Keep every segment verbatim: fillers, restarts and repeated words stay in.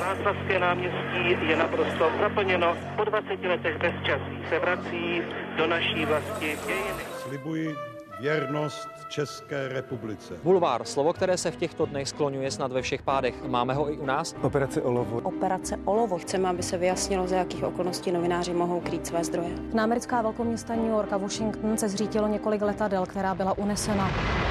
Václavské náměstí je naprosto zaplněno. Po dvaceti letech bezčasí se vrací do naší vlasti dějiny. Slibuji věrnost České republice. Bulvár, slovo, které se v těchto dnech skloňuje snad ve všech pádech. Máme ho i u nás? Operace Olovo. Operace Olovo. Chceme, aby se vyjasnilo, za jakých okolností novináři mohou krýt své zdroje. Na americká velkoměsta New York a Washington se zřítilo několik letadel, která byla unesena.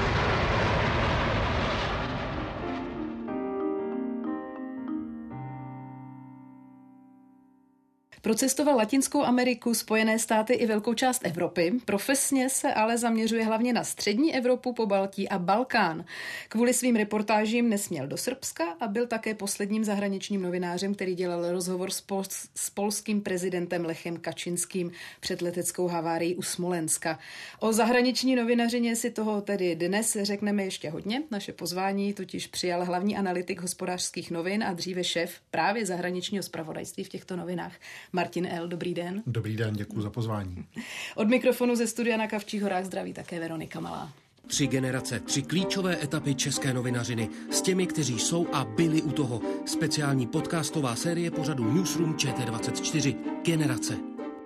Procestoval Latinskou Ameriku, Spojené státy i velkou část Evropy. Profesně se ale zaměřuje hlavně na střední Evropu, Pobaltí a Balkán. Kvůli svým reportážím nesměl do Srbska a byl také posledním zahraničním novinářem, který dělal rozhovor s, pol- s polským prezidentem Lechem Kačinským před leteckou havárií u Smolenska. O zahraniční novinařině si toho tedy dnes řekneme ještě hodně. Naše pozvání totiž přijal hlavní analytik Hospodářských novin a dříve šéf právě zahraničního zpravodajství v těchto novinách. Martin L., dobrý den. Dobrý den, děkuji za pozvání. Od mikrofonu ze studia na Kavčích horách zdraví také Veronika Malá. Tři generace, tři klíčové etapy české novinařiny s těmi, kteří jsou a byli u toho. Speciální podcastová série pořadu Newsroom Č T dvacet čtyři. Generace.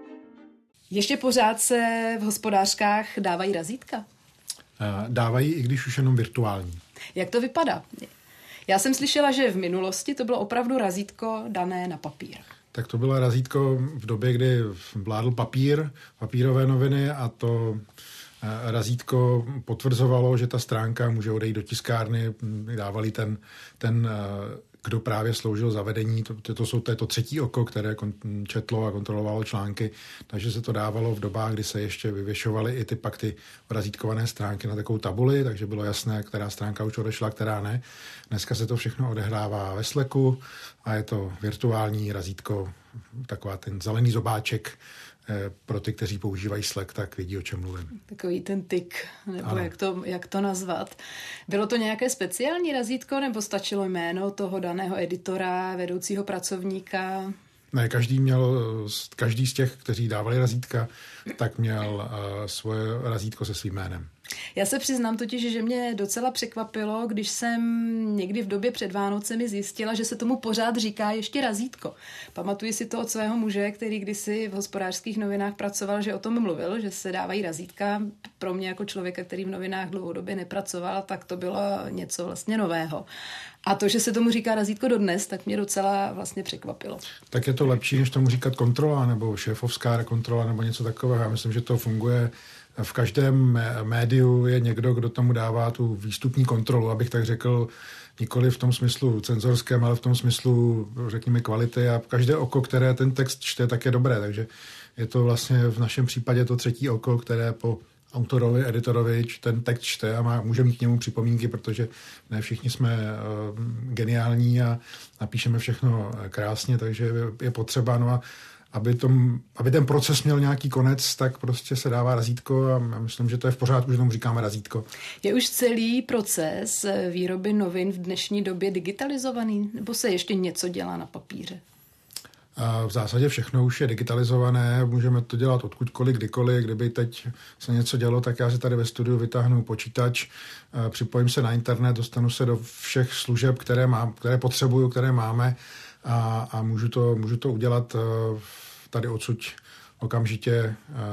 Ještě pořád se v Hospodářkách dávají razítka? Dávají, i když už jenom virtuální. Jak to vypadá? Já jsem slyšela, že v minulosti to bylo opravdu razítko dané na papír. Tak to bylo razítko v době, kdy vládl papír, papírové noviny a to razítko potvrzovalo, že ta stránka může odejít do tiskárny, dávali ten, ten kdo právě sloužil zavedení, to, to jsou to, to třetí oko, které četlo a kontrolovalo články, takže se to dávalo v dobách, kdy se ještě vyvěšovaly i ty pak ty razítkované stránky na takovou tabuli, takže bylo jasné, která stránka už odešla, která ne. Dneska se to všechno odehrává ve Slacku a je to virtuální razítko, taková ten zelený zobáček. Pro ty, kteří používají Slack, tak vědí, o čem mluvím. Takový ten tik, nebo jak to, jak to nazvat. Bylo to nějaké speciální razítko, nebo stačilo jméno toho daného editora, vedoucího pracovníka? Ne, každý měl, každý z těch, kteří dávali razítka, tak měl uh, svoje razítko se svým jménem. Já se přiznám totiž, že mě docela překvapilo, když jsem někdy v době před Vánocemi zjistila, že se tomu pořád říká ještě razítko. Pamatuji si to od svého muže, který kdysi v Hospodářských novinách pracoval, že o tom mluvil, že se dávají razítka. Pro mě jako člověka, který v novinách dlouhodobě nepracoval, tak to bylo něco vlastně nového. A to, že se tomu říká razítko dodnes, tak mě docela vlastně překvapilo. Tak je to lepší, než tomu říkat kontrola nebo šéfovská kontrola nebo něco takového. Já myslím, že to funguje. V každém médiu je někdo, kdo tomu dává tu výstupní kontrolu, abych tak řekl, nikoli v tom smyslu cenzorském, ale v tom smyslu, řekněme, kvality a každé oko, které ten text čte, tak je dobré. Takže je to vlastně v našem případě to třetí oko, které po autorovi, editorovi ten text čte a má, může mít k němu připomínky, protože ne všichni jsme uh, geniální a napíšeme všechno krásně, takže je potřeba, no a Aby, tom, aby ten proces měl nějaký konec, tak prostě se dává razítko a já myslím, že to je v pořádku, že tomu říkáme razítko. Je už celý proces výroby novin v dnešní době digitalizovaný, nebo se ještě něco dělá na papíře? A v zásadě všechno už je digitalizované, můžeme to dělat odkudkoliv, kdykoliv. Kdyby teď se něco dělo, tak já si tady ve studiu vytáhnu počítač, připojím se na internet, dostanu se do všech služeb, které, mám, které potřebuju, které máme a, a můžu, to, můžu to udělat tady odsud okamžitě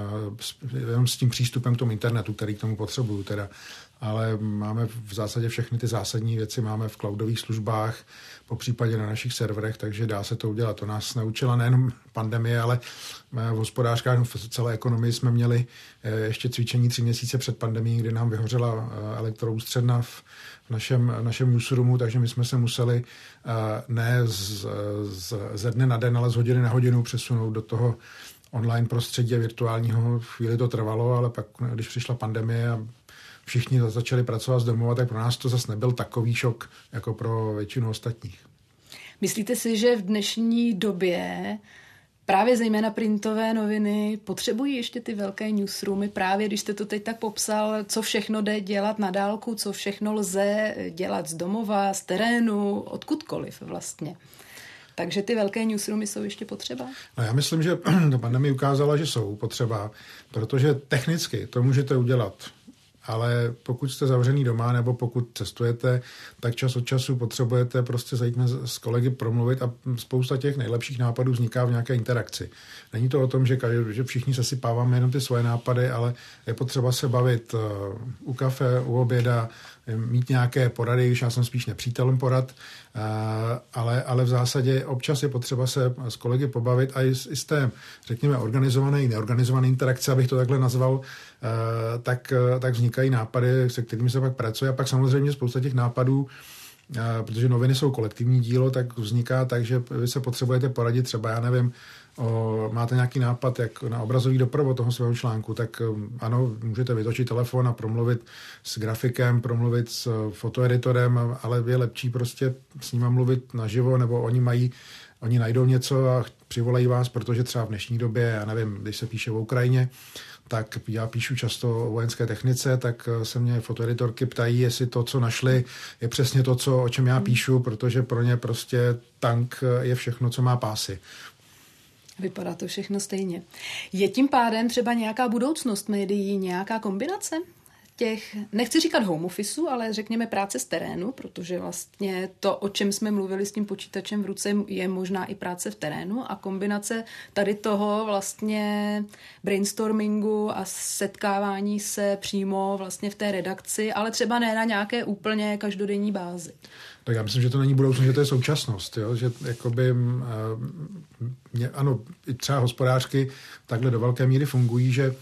jenom s tím přístupem k tomu internetu, který k tomu potřebuju teda. Ale máme v zásadě všechny ty zásadní věci, máme v cloudových službách, po případě na našich serverech, takže dá se to udělat. To nás naučila nejenom pandemie, ale v Hospodářkách, v celé ekonomii jsme měli ještě cvičení tři měsíce před pandemií, kdy nám vyhořela elektroústředna v našem, v našem newsroomu, takže my jsme se museli ne z, z, ze dne na den, ale z hodiny na hodinu přesunout do toho online prostředí virtuálního. Chvíli to trvalo, ale pak, když přišla pandemie a všichni začali pracovat z domova, tak pro nás to zase nebyl takový šok, jako pro většinu ostatních. Myslíte si, že v dnešní době právě zejména printové noviny potřebují ještě ty velké newsroomy, právě když jste to teď tak popsal, co všechno jde dělat na dálku, co všechno lze dělat z domova, z terénu, odkudkoliv vlastně. Takže ty velké newsroomy jsou ještě potřeba? No já myslím, že ta pandemie ukázala, že jsou potřeba, protože technicky to můžete udělat ale pokud jste zavřený doma nebo pokud cestujete, tak čas od času potřebujete prostě zajít s kolegy promluvit a spousta těch nejlepších nápadů vzniká v nějaké interakci. Není to o tom, že, že všichni sesypáváme jenom ty svoje nápady, ale je potřeba se bavit u kafe, u oběda, mít nějaké porady, když já jsem spíš nepřítelem porad, ale, ale v zásadě občas je potřeba se s kolegy pobavit a i z té, řekněme, organizované i neorganizované interakce, abych to takhle nazval, tak, tak vznikají nápady, se kterými se pak pracuje a pak samozřejmě spousta těch nápadů, protože noviny jsou kolektivní dílo, tak vzniká tak, že vy se potřebujete poradit třeba, já nevím, O, máte nějaký nápad, jak na obrazový doprovod toho svého článku, tak ano, můžete vytočit telefon a promluvit s grafikem, promluvit s fotoeditorem, ale je lepší prostě s nima mluvit naživo, nebo oni mají, oni najdou něco a přivolají vás, protože třeba v dnešní době, já nevím, když se píše o Ukrajině, tak já píšu často o vojenské technice, tak se mě fotoeditorky ptají, jestli to, co našli, je přesně to, co, o čem já píšu, protože pro ně prostě tank je všechno, co má pásy. Vypadá to všechno stejně. Je tím pádem třeba nějaká budoucnost médií, nějaká kombinace těch, nechci říkat home officeu, ale řekněme práce z terénu, protože vlastně to, o čem jsme mluvili s tím počítačem v ruce, je možná i práce v terénu a kombinace tady toho vlastně brainstormingu a setkávání se přímo vlastně v té redakci, ale třeba ne na nějaké úplně každodenní bázi. Tak já myslím, že to není budoucnost, že to je současnost. Jo? Že jakoby, mě, ano, i třeba hospodářky takhle do velké míry fungují, že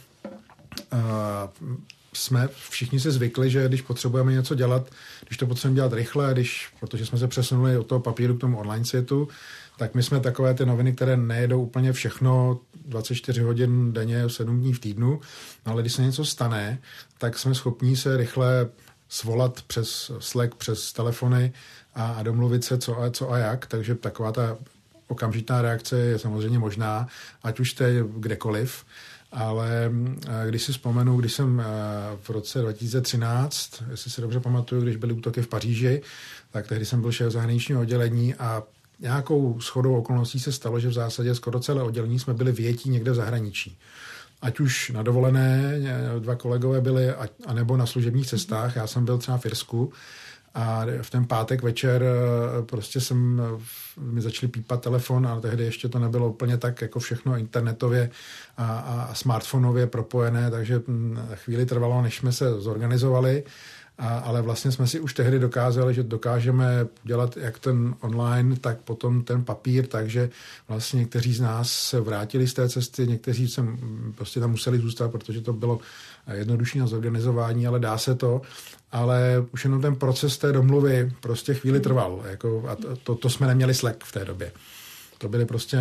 uh, jsme všichni si zvykli, že když potřebujeme něco dělat, když to potřebujeme dělat rychle, když, protože jsme se přesunuli od toho papíru k tomu online světu, tak my jsme takové ty noviny, které nejedou úplně všechno dvacet čtyři hodin denně, sedm dní v týdnu, no ale když se něco stane, tak jsme schopní se rychle svolat přes Slack, přes telefony a, a domluvit se, co a, co a jak. Takže taková ta okamžitá reakce je samozřejmě možná, ať už to je kdekoliv. Ale když si vzpomenu, když jsem v roce dva tisíce třináct, jestli si dobře pamatuju, když byly útoky v Paříži, tak tehdy jsem byl šéf zahraničního oddělení a nějakou shodou okolností se stalo, že v zásadě skoro celé oddělení jsme byli vyjetí někde v zahraničí. Ať už na dovolené, dva kolegové byli, anebo na služebních cestách. Já jsem byl třeba v Irsku a v ten pátek večer prostě jsem, mi začali pípat telefon, ale tehdy ještě to nebylo úplně tak jako všechno internetově a, a smartfonově propojené, takže chvíli trvalo, než jsme se zorganizovali. A, ale vlastně jsme si už tehdy dokázali, že dokážeme dělat jak ten online, tak potom ten papír, takže vlastně někteří z nás se vrátili z té cesty, někteří se prostě tam museli zůstat, protože to bylo jednodušší na zorganizování, ale dá se to. Ale už jenom ten proces té domluvy prostě chvíli trval. Jako, a to, to jsme neměli Slack v té době. To byly prostě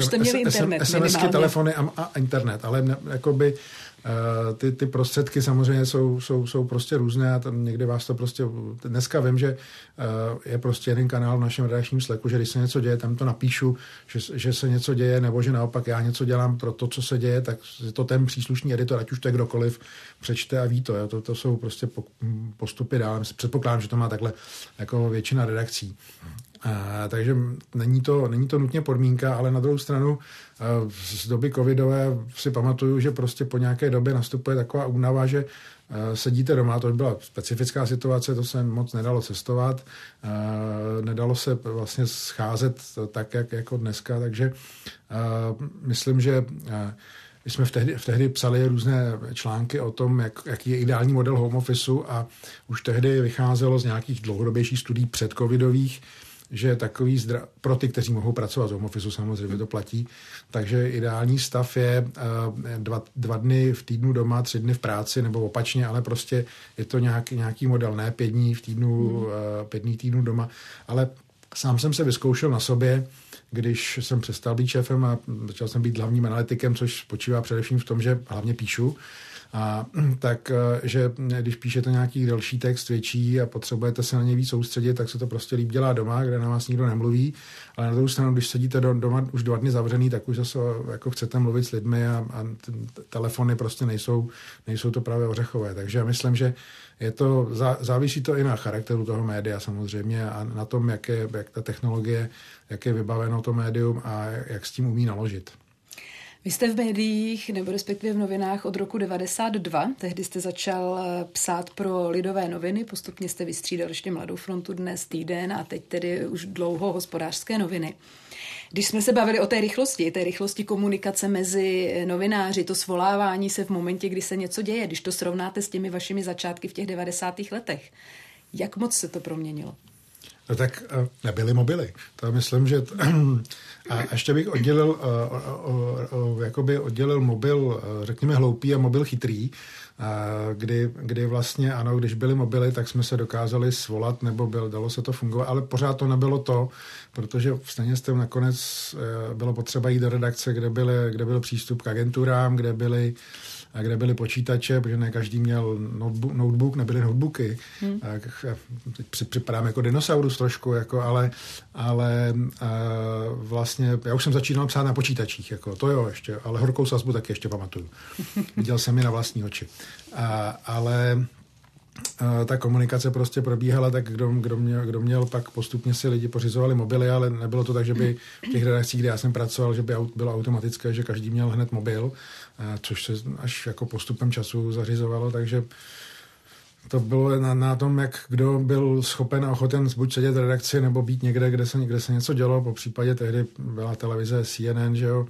SMSky, telefony a, a internet, ale ne, jakoby uh, ty, ty prostředky samozřejmě jsou, jsou, jsou prostě různé a tam někdy vás to prostě, dneska vím, že uh, je prostě jeden kanál v našem redakčním Slacku, že když se něco děje, tam to napíšu, že, že se něco děje, nebo že naopak já něco dělám pro to, co se děje, tak to ten příslušný editor, ať už to je kdokoliv, přečte a ví to. Jo. To, to jsou prostě postupy dál. Předpokládám, že to má takhle jako většina redakcí. Uh, takže není to, není to nutně podmínka, ale na druhou stranu uh, z doby covidové si pamatuju, že prostě po nějaké době nastupuje taková únava, že uh, sedíte doma, to by byla specifická situace, to se moc nedalo cestovat, uh, nedalo se vlastně scházet tak, jak jako dneska, takže uh, myslím, že uh, my jsme v tehdy, v tehdy psali různé články o tom, jak, jaký je ideální model home officeu a už tehdy vycházelo z nějakých dlouhodobějších studií předcovidových, že takový zdra... pro ty, kteří mohou pracovat z home officeu, samozřejmě to platí, takže ideální stav je uh, dva, dva dny v týdnu doma, tři dny v práci, nebo opačně, ale prostě je to nějaký, nějaký model, ne pět dní v týdnu, hmm. uh, pět dní týdnu doma, ale sám jsem se vyzkoušel na sobě, když jsem přestal být šéfem a začal jsem být hlavním analytikem, což spočívá především v tom, že hlavně píšu. A tak, že když píšete nějaký delší text větší a potřebujete se na něj víc soustředit, tak se to prostě líp dělá doma, kde na vás nikdo nemluví. Ale na druhou stranu, když sedíte doma už dva dny zavřený, tak už zase jako chcete mluvit s lidmi a, a telefony prostě nejsou, nejsou to právě ořechové. Takže já myslím, že je to, závisí to i na charakteru toho média samozřejmě a na tom, jak, je, jak ta technologie, jak je vybaveno to médium a jak s tím umí naložit. Vy jste v médiích, nebo respektive v novinách od roku devadesát dva. Tehdy jste začal psát pro Lidové noviny, postupně jste vystřídal ještě Mladou frontu, Dnes, Týden a teď tedy už dlouho Hospodářské noviny. Když jsme se bavili o té rychlosti, té rychlosti komunikace mezi novináři, to svolávání se v momentě, kdy se něco děje, když to srovnáte s těmi vašimi začátky v těch devadesátých letech, jak moc se to proměnilo? No tak nebyly mobily. To myslím, že... T... A ještě bych oddělil, o, o, o, jakoby oddělil mobil, řekněme, hloupý a mobil chytrý, kdy, kdy vlastně, ano, když byly mobily, tak jsme se dokázali svolat, nebo byl, dalo se to fungovat, ale pořád to nebylo to, protože stejně jste nakonec bylo potřeba jít do redakce, kde, byly, kde byl přístup k agenturám, kde byly kde byly počítače, protože ne každý měl notebook, notebook nebyly notebooky. Hmm. Teď připadám jako dinosaurus trošku, jako, ale, ale a, vlastně já už jsem začínal psát na počítačích, jako, to jo ještě, ale Horkou sazbu taky ještě pamatuju. Viděl jsem ji na vlastní oči. A, ale a, ta komunikace prostě probíhala, tak kdo, kdo, měl, kdo měl, pak postupně si lidi pořizovali mobily, ale nebylo to tak, že by v těch redakcích, kde já jsem pracoval, že by bylo automatické, že každý měl hned mobil, což se až jako postupem času zařizovalo, takže to bylo na, na tom, jak kdo byl schopen a ochoten buď sedět v redakci, nebo být někde, kde se, kde se něco dělo. Po případě tehdy byla televize C N N, že jo,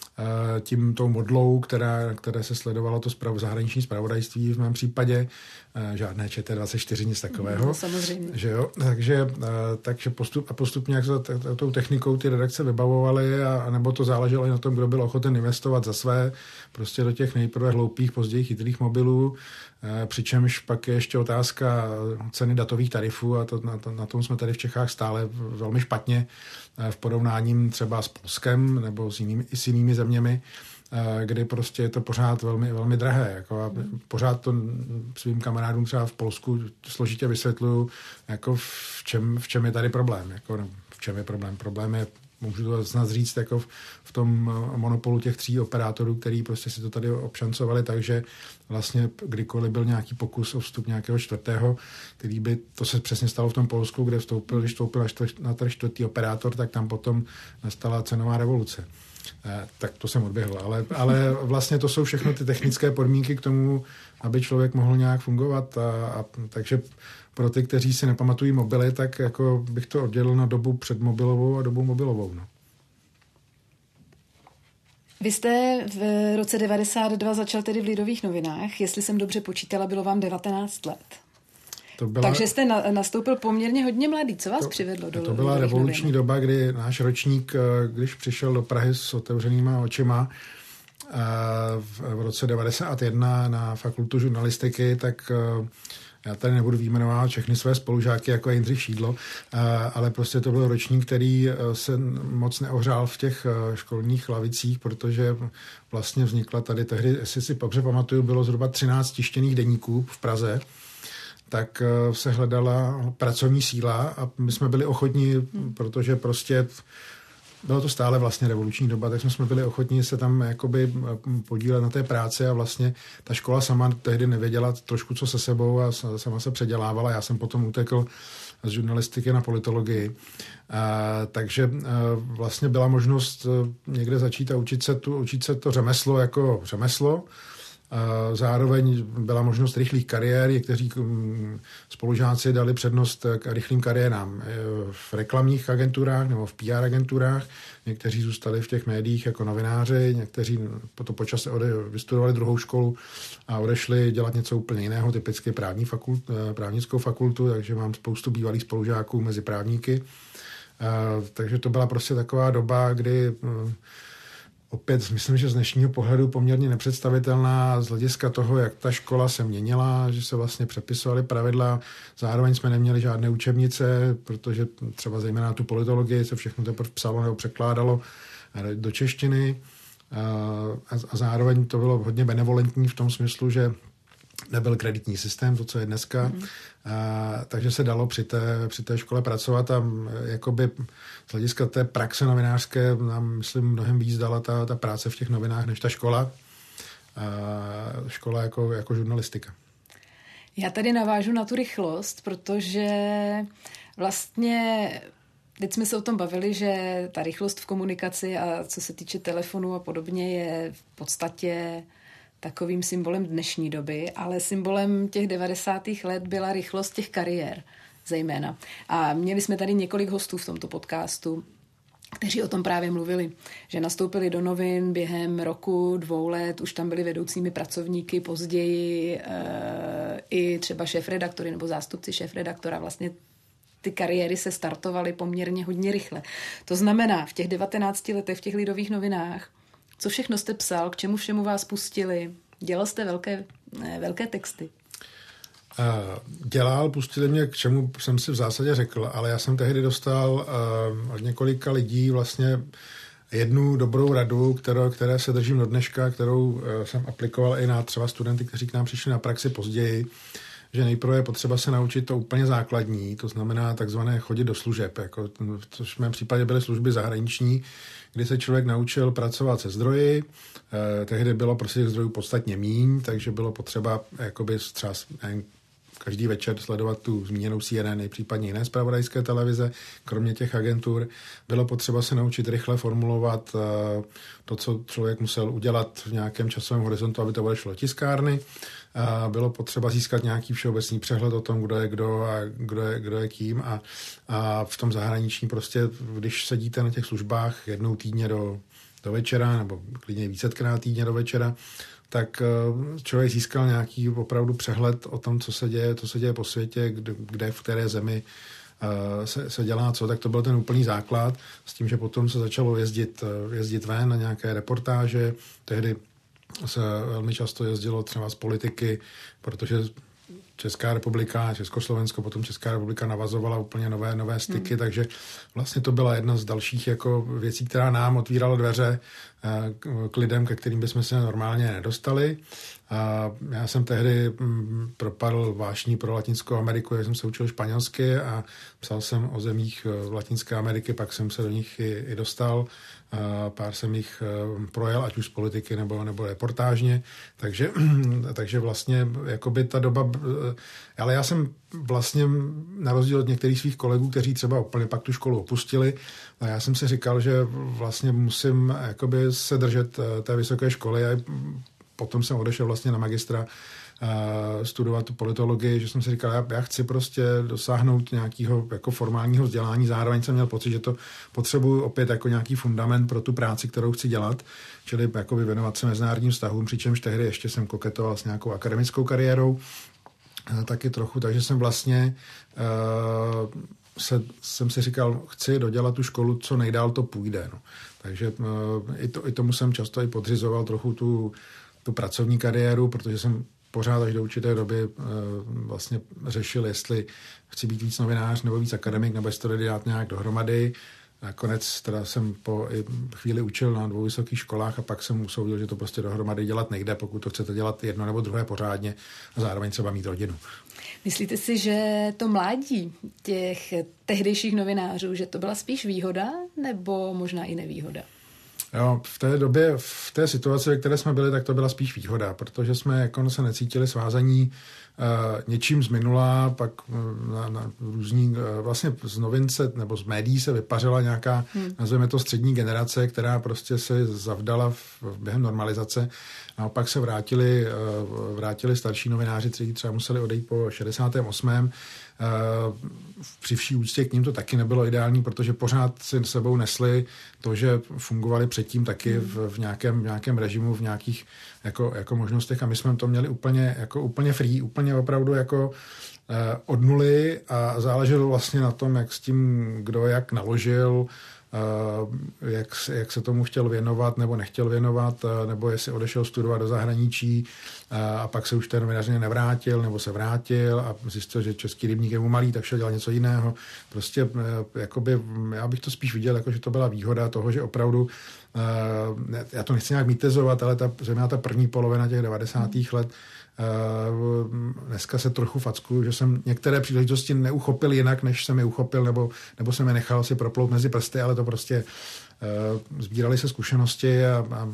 tím tou modlou, která, které se sledovalo to sprav, zahraniční zpravodajství v mém případě, žádné Č T dvacet čtyři, nic takového. No, samozřejmě. Že jo? Takže, takže postup, a postupně jak se tou technikou ty redakce vybavovaly, a, a nebo to záleželo i na tom, kdo byl ochoten investovat za své, prostě do těch nejprve hloupých, později chytrých mobilů, přičemž pak je ještě otázka ceny datových tarifů a to, na, to, na tom jsme tady v Čechách stále velmi špatně v porovnáním třeba s Polskem nebo s jinými, s jinými zeměmi, kdy prostě je to pořád velmi, velmi drahé. Jako a pořád to svým kamarádům třeba v Polsku složitě vysvětluju, jako v čem, v čem je tady problém. Jako, no, v čem je problém? Problém je, můžu to snad říct, jako v, v tom monopolu těch tří operátorů, který prostě si to tady obšancovali, takže vlastně kdykoliv byl nějaký pokus o vstup nějakého čtvrtého, který by, to se přesně stalo v tom Polsku, kde vstoupil, když vstoupil na, čtvrt, na trh čtvrtý operátor, tak tam potom nastala cenová revoluce. Eh, tak to jsem odběhl, ale, ale vlastně to jsou všechno ty technické podmínky k tomu, aby člověk mohl nějak fungovat a, a takže pro ty, kteří si nepamatují mobily, tak jako bych to oddělil na dobu předmobilovou a dobu mobilovou. No. Vy jste v roce devadesát dva začal tedy v Lidových novinách. Jestli jsem dobře počítala, bylo vám devatenáct let. To byla, Takže jste na, nastoupil poměrně hodně mladý. Co vás to, přivedlo do To byla Lidových revoluční novin? doba, kdy náš ročník, když přišel do Prahy s otevřenýma očima v roce devadesát jedna na fakultu žurnalistiky, tak já tady nebudu vyjmenovat všechny své spolužáky, jako je Jindřich Šídlo, ale prostě to byl ročník, který se moc neohřál v těch školních lavicích, protože vlastně vznikla tady tehdy, jestli si dobře pamatuju, bylo zhruba třináct tištěných deníků v Praze, tak se hledala pracovní síla a my jsme byli ochotní, protože prostě bylo to stále vlastně revoluční doba, tak jsme byli ochotní se tam jakoby podílet na té práci a vlastně ta škola sama tehdy nevěděla trošku co se sebou a sama se předělávala. Já jsem potom utekl z žurnalistiky na politologii. A, takže a, vlastně byla možnost někde začít a učit se, tu, učit se to řemeslo jako řemeslo. Zároveň byla možnost rychlých kariér, někteří spolužáci dali přednost k rychlým kariérám v reklamních agenturách nebo v P R agenturách, někteří zůstali v těch médiích jako novináři, někteří potom po čase vystudovali druhou školu a odešli dělat něco úplně jiného, typicky právní fakult, právnickou fakultu, takže mám spoustu bývalých spolužáků mezi právníky. Takže to byla prostě taková doba, kdy opět myslím, že z dnešního pohledu poměrně nepředstavitelná z hlediska toho, jak ta škola se měnila, že se vlastně přepisovaly pravidla. Zároveň jsme neměli žádné učebnice, protože třeba zejména tu politologii se všechno teprve psalo nebo překládalo do češtiny. A zároveň to bylo hodně benevolentní v tom smyslu, že nebyl kreditní systém, to, co je dneska. Mm. A, takže se dalo při té, při té škole pracovat a jakoby z hlediska té praxe novinářské nám, myslím, mnohem víc dala ta, ta práce v těch novinách, než ta škola. A škola jako, jako žurnalistika. Já tady navážu na tu rychlost, protože vlastně Teď jsme se o tom bavili, že ta rychlost v komunikaci a co se týče telefonu a podobně je v podstatě takovým symbolem dnešní doby, ale symbolem těch devadesátých let byla rychlost těch kariér zejména. A měli jsme tady několik hostů v tomto podcastu, kteří o tom právě mluvili, že nastoupili do novin během roku, dvou let, už tam byli vedoucími pracovníky, později e, i třeba šéfredaktory nebo zástupci šéfredaktora. Vlastně ty kariéry se startovaly poměrně hodně rychle. To znamená, v těch devatenácti letech v těch Lidových novinách, co všechno jste psal, k čemu všemu vás pustili, dělal jste velké, ne, velké texty. Dělal, pustili mě, k čemu jsem si v zásadě řekl, ale já jsem tehdy dostal od několika lidí vlastně jednu dobrou radu, kterou, které se držím do dneška, kterou jsem aplikoval i na třeba studenty, kteří k nám přišli na praxi později, že nejprve je potřeba se naučit to úplně základní, to znamená takzvané chodit do služeb, jako, což v mém případě byly služby zahraniční, kdy se člověk naučil pracovat se zdroji. Eh, tehdy bylo prostě těch zdrojů podstatně míň, takže bylo potřeba jakoby třeba nevím, každý večer sledovat tu zmíněnou C N N, případně jiné zpravodajské televize, kromě těch agentur. Bylo potřeba se naučit rychle formulovat eh, to, co člověk musel udělat v nějakém časovém horizontu, aby to odešlo do tiskárny. A bylo potřeba získat nějaký všeobecný přehled o tom, kdo je kdo a kdo je, kdo je kým. A, a v tom zahraničí prostě, když sedíte na těch službách jednou týdně do, do večera, nebo klidně vícekrát týdně do večera, tak člověk získal nějaký opravdu přehled o tom, co se děje, co se děje po světě, kde, kde v které zemi se, se dělá co, tak to byl ten úplný základ. S tím, že potom se začalo jezdit, jezdit ven na nějaké reportáže. Tehdy se velmi často jezdilo třeba z politiky, protože Česká republika, Československo, potom Česká republika navazovala úplně nové, nové styky, hmm. takže vlastně to byla jedna z dalších jako věcí, která nám otvírala dveře k lidem, ke kterým bychom se normálně nedostali. A já jsem tehdy propadl vášní pro Latinskou Ameriku, jak jsem se učil španělsky a psal jsem o zemích Latinské Ameriky, pak jsem se do nich i, i dostal. A pár jsem jich projel, ať už z politiky nebo, nebo reportážně, takže, takže vlastně jakoby ta doba, ale já jsem vlastně na rozdíl od některých svých kolegů, kteří třeba úplně pak tu školu opustili, a já jsem si říkal, že vlastně musím jakoby se držet té vysoké školy a potom jsem odešel vlastně na magistra studovat tu politologii, že jsem si říkal, já, já chci prostě dosáhnout nějakého jako formálního vzdělání, zároveň jsem měl pocit, že to potřebuji opět jako nějaký fundament pro tu práci, kterou chci dělat, čili jakoby věnovat se mezinárodním vztahům, přičemž tehdy ještě jsem koketoval s nějakou akademickou kariérou, taky trochu, takže jsem vlastně uh, se, jsem si říkal, chci dodělat tu školu, co nejdál to půjde. No. Takže uh, i, to, i tomu jsem často i podřizoval trochu tu, tu pracovní kariéru, protože jsem pořád až do určité doby uh, vlastně řešil, jestli chci být víc novinář nebo víc akademik, nebo jestli to dát nějak dohromady. Nakonec teda jsem po chvíli učil na dvou vysokých školách a pak jsem usoudil, že to prostě dohromady dělat nejde, pokud to chcete dělat jedno nebo druhé pořádně a zároveň třeba mít rodinu. Myslíte si, že to mládí těch tehdejších novinářů, že to byla spíš výhoda nebo možná i nevýhoda? Jo, v té době, v té situaci, ve které jsme byli, tak to byla spíš výhoda, protože jsme jako se necítili svázaní uh, něčím z minula, pak uh, na, na různý, uh, vlastně z novince nebo z médií se vypařila nějaká, hmm. nazveme to střední generace, která prostě se zavdala v, během normalizace. Naopak se vrátili, uh, vrátili starší novináři, kteří třeba museli odejít po šedesátém osmém Uh, při vší úctě k ním to taky nebylo ideální, protože pořád si sebou nesli to, že fungovali předtím taky v, v, nějakém, v nějakém režimu, v nějakých jako, jako možnostech a my jsme to měli úplně, jako, úplně free, úplně opravdu jako uh, od nuly a záleželo vlastně na tom, jak s tím kdo jak naložil, Uh, jak, jak se tomu chtěl věnovat nebo nechtěl věnovat, uh, nebo jestli odešel studovat do zahraničí uh, a pak se už té novinařině nevrátil, nebo se vrátil a zjistil, že český rybník je mu malý, tak šel dělat něco jiného. Prostě uh, jakoby, já bych to spíš viděl, jako, že to byla výhoda toho, že opravdu uh, já to nechci nějak mítezovat, ale ta, zejména ta první polovina těch devadesátých let Uh, dneska se trochu fackuju, že jsem některé příležitosti neuchopil jinak, než jsem je uchopil, nebo, nebo jsem je nechal si proplout mezi prsty, ale to prostě uh, sbírali se zkušenosti a, a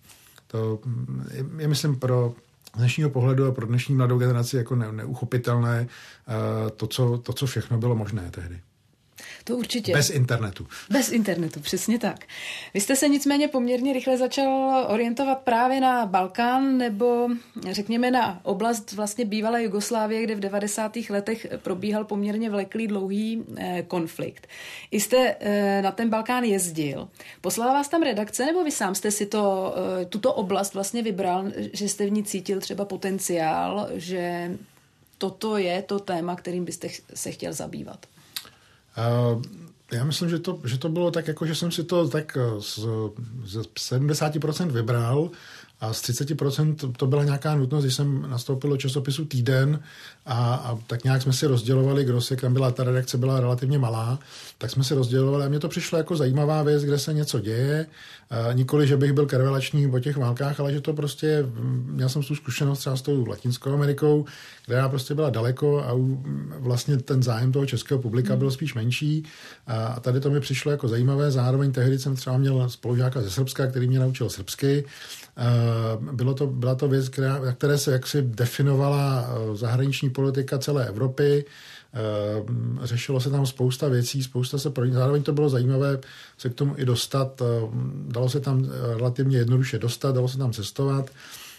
to je, je myslím pro dnešního pohledu a pro dnešní mladou generaci jako ne, neuchopitelné uh, to, co, to, co všechno bylo možné tehdy. To určitě. Bez internetu. Bez internetu, přesně tak. Vy jste se nicméně poměrně rychle začal orientovat právě na Balkán nebo řekněme na oblast vlastně bývalé Jugoslávie, kde v devadesátých letech probíhal poměrně vleklý dlouhý eh, konflikt. I jste eh, na ten Balkán jezdil. Poslala vás tam redakce nebo vy sám jste si to, eh, tuto oblast vlastně vybral, že jste v ní cítil třeba potenciál, že toto je to téma, kterým byste se chtěl zabývat? Uh, já myslím, že to, že to bylo tak, jako že jsem si to tak z, z sedmdesát procent vybral a z třicet procent to byla nějaká nutnost, když jsem nastoupil do časopisu Týden a, a tak nějak jsme si rozdělovali, kdo se, tam byla, ta redakce byla relativně malá, tak jsme si rozdělovali a mně to přišlo jako zajímavá věc, kde se něco děje. A nikoli, že bych byl krvelačný o těch válkách, ale že to prostě, měl jsem tu zkušenost třeba s tou Latinskou Amerikou, která prostě byla daleko a vlastně ten zájem toho českého publika byl spíš menší. A tady to mi přišlo jako zajímavé. Zároveň tehdy jsem třeba měl spolužáka ze Srbska, který mě naučil srbsky. Bylo to, byla to věc, která, na které se jaksi definovala zahraniční politika celé Evropy. Řešilo se tam spousta věcí, spousta se pro... Zároveň to bylo zajímavé se k tomu i dostat. Dalo se tam relativně jednoduše dostat, dalo se tam cestovat.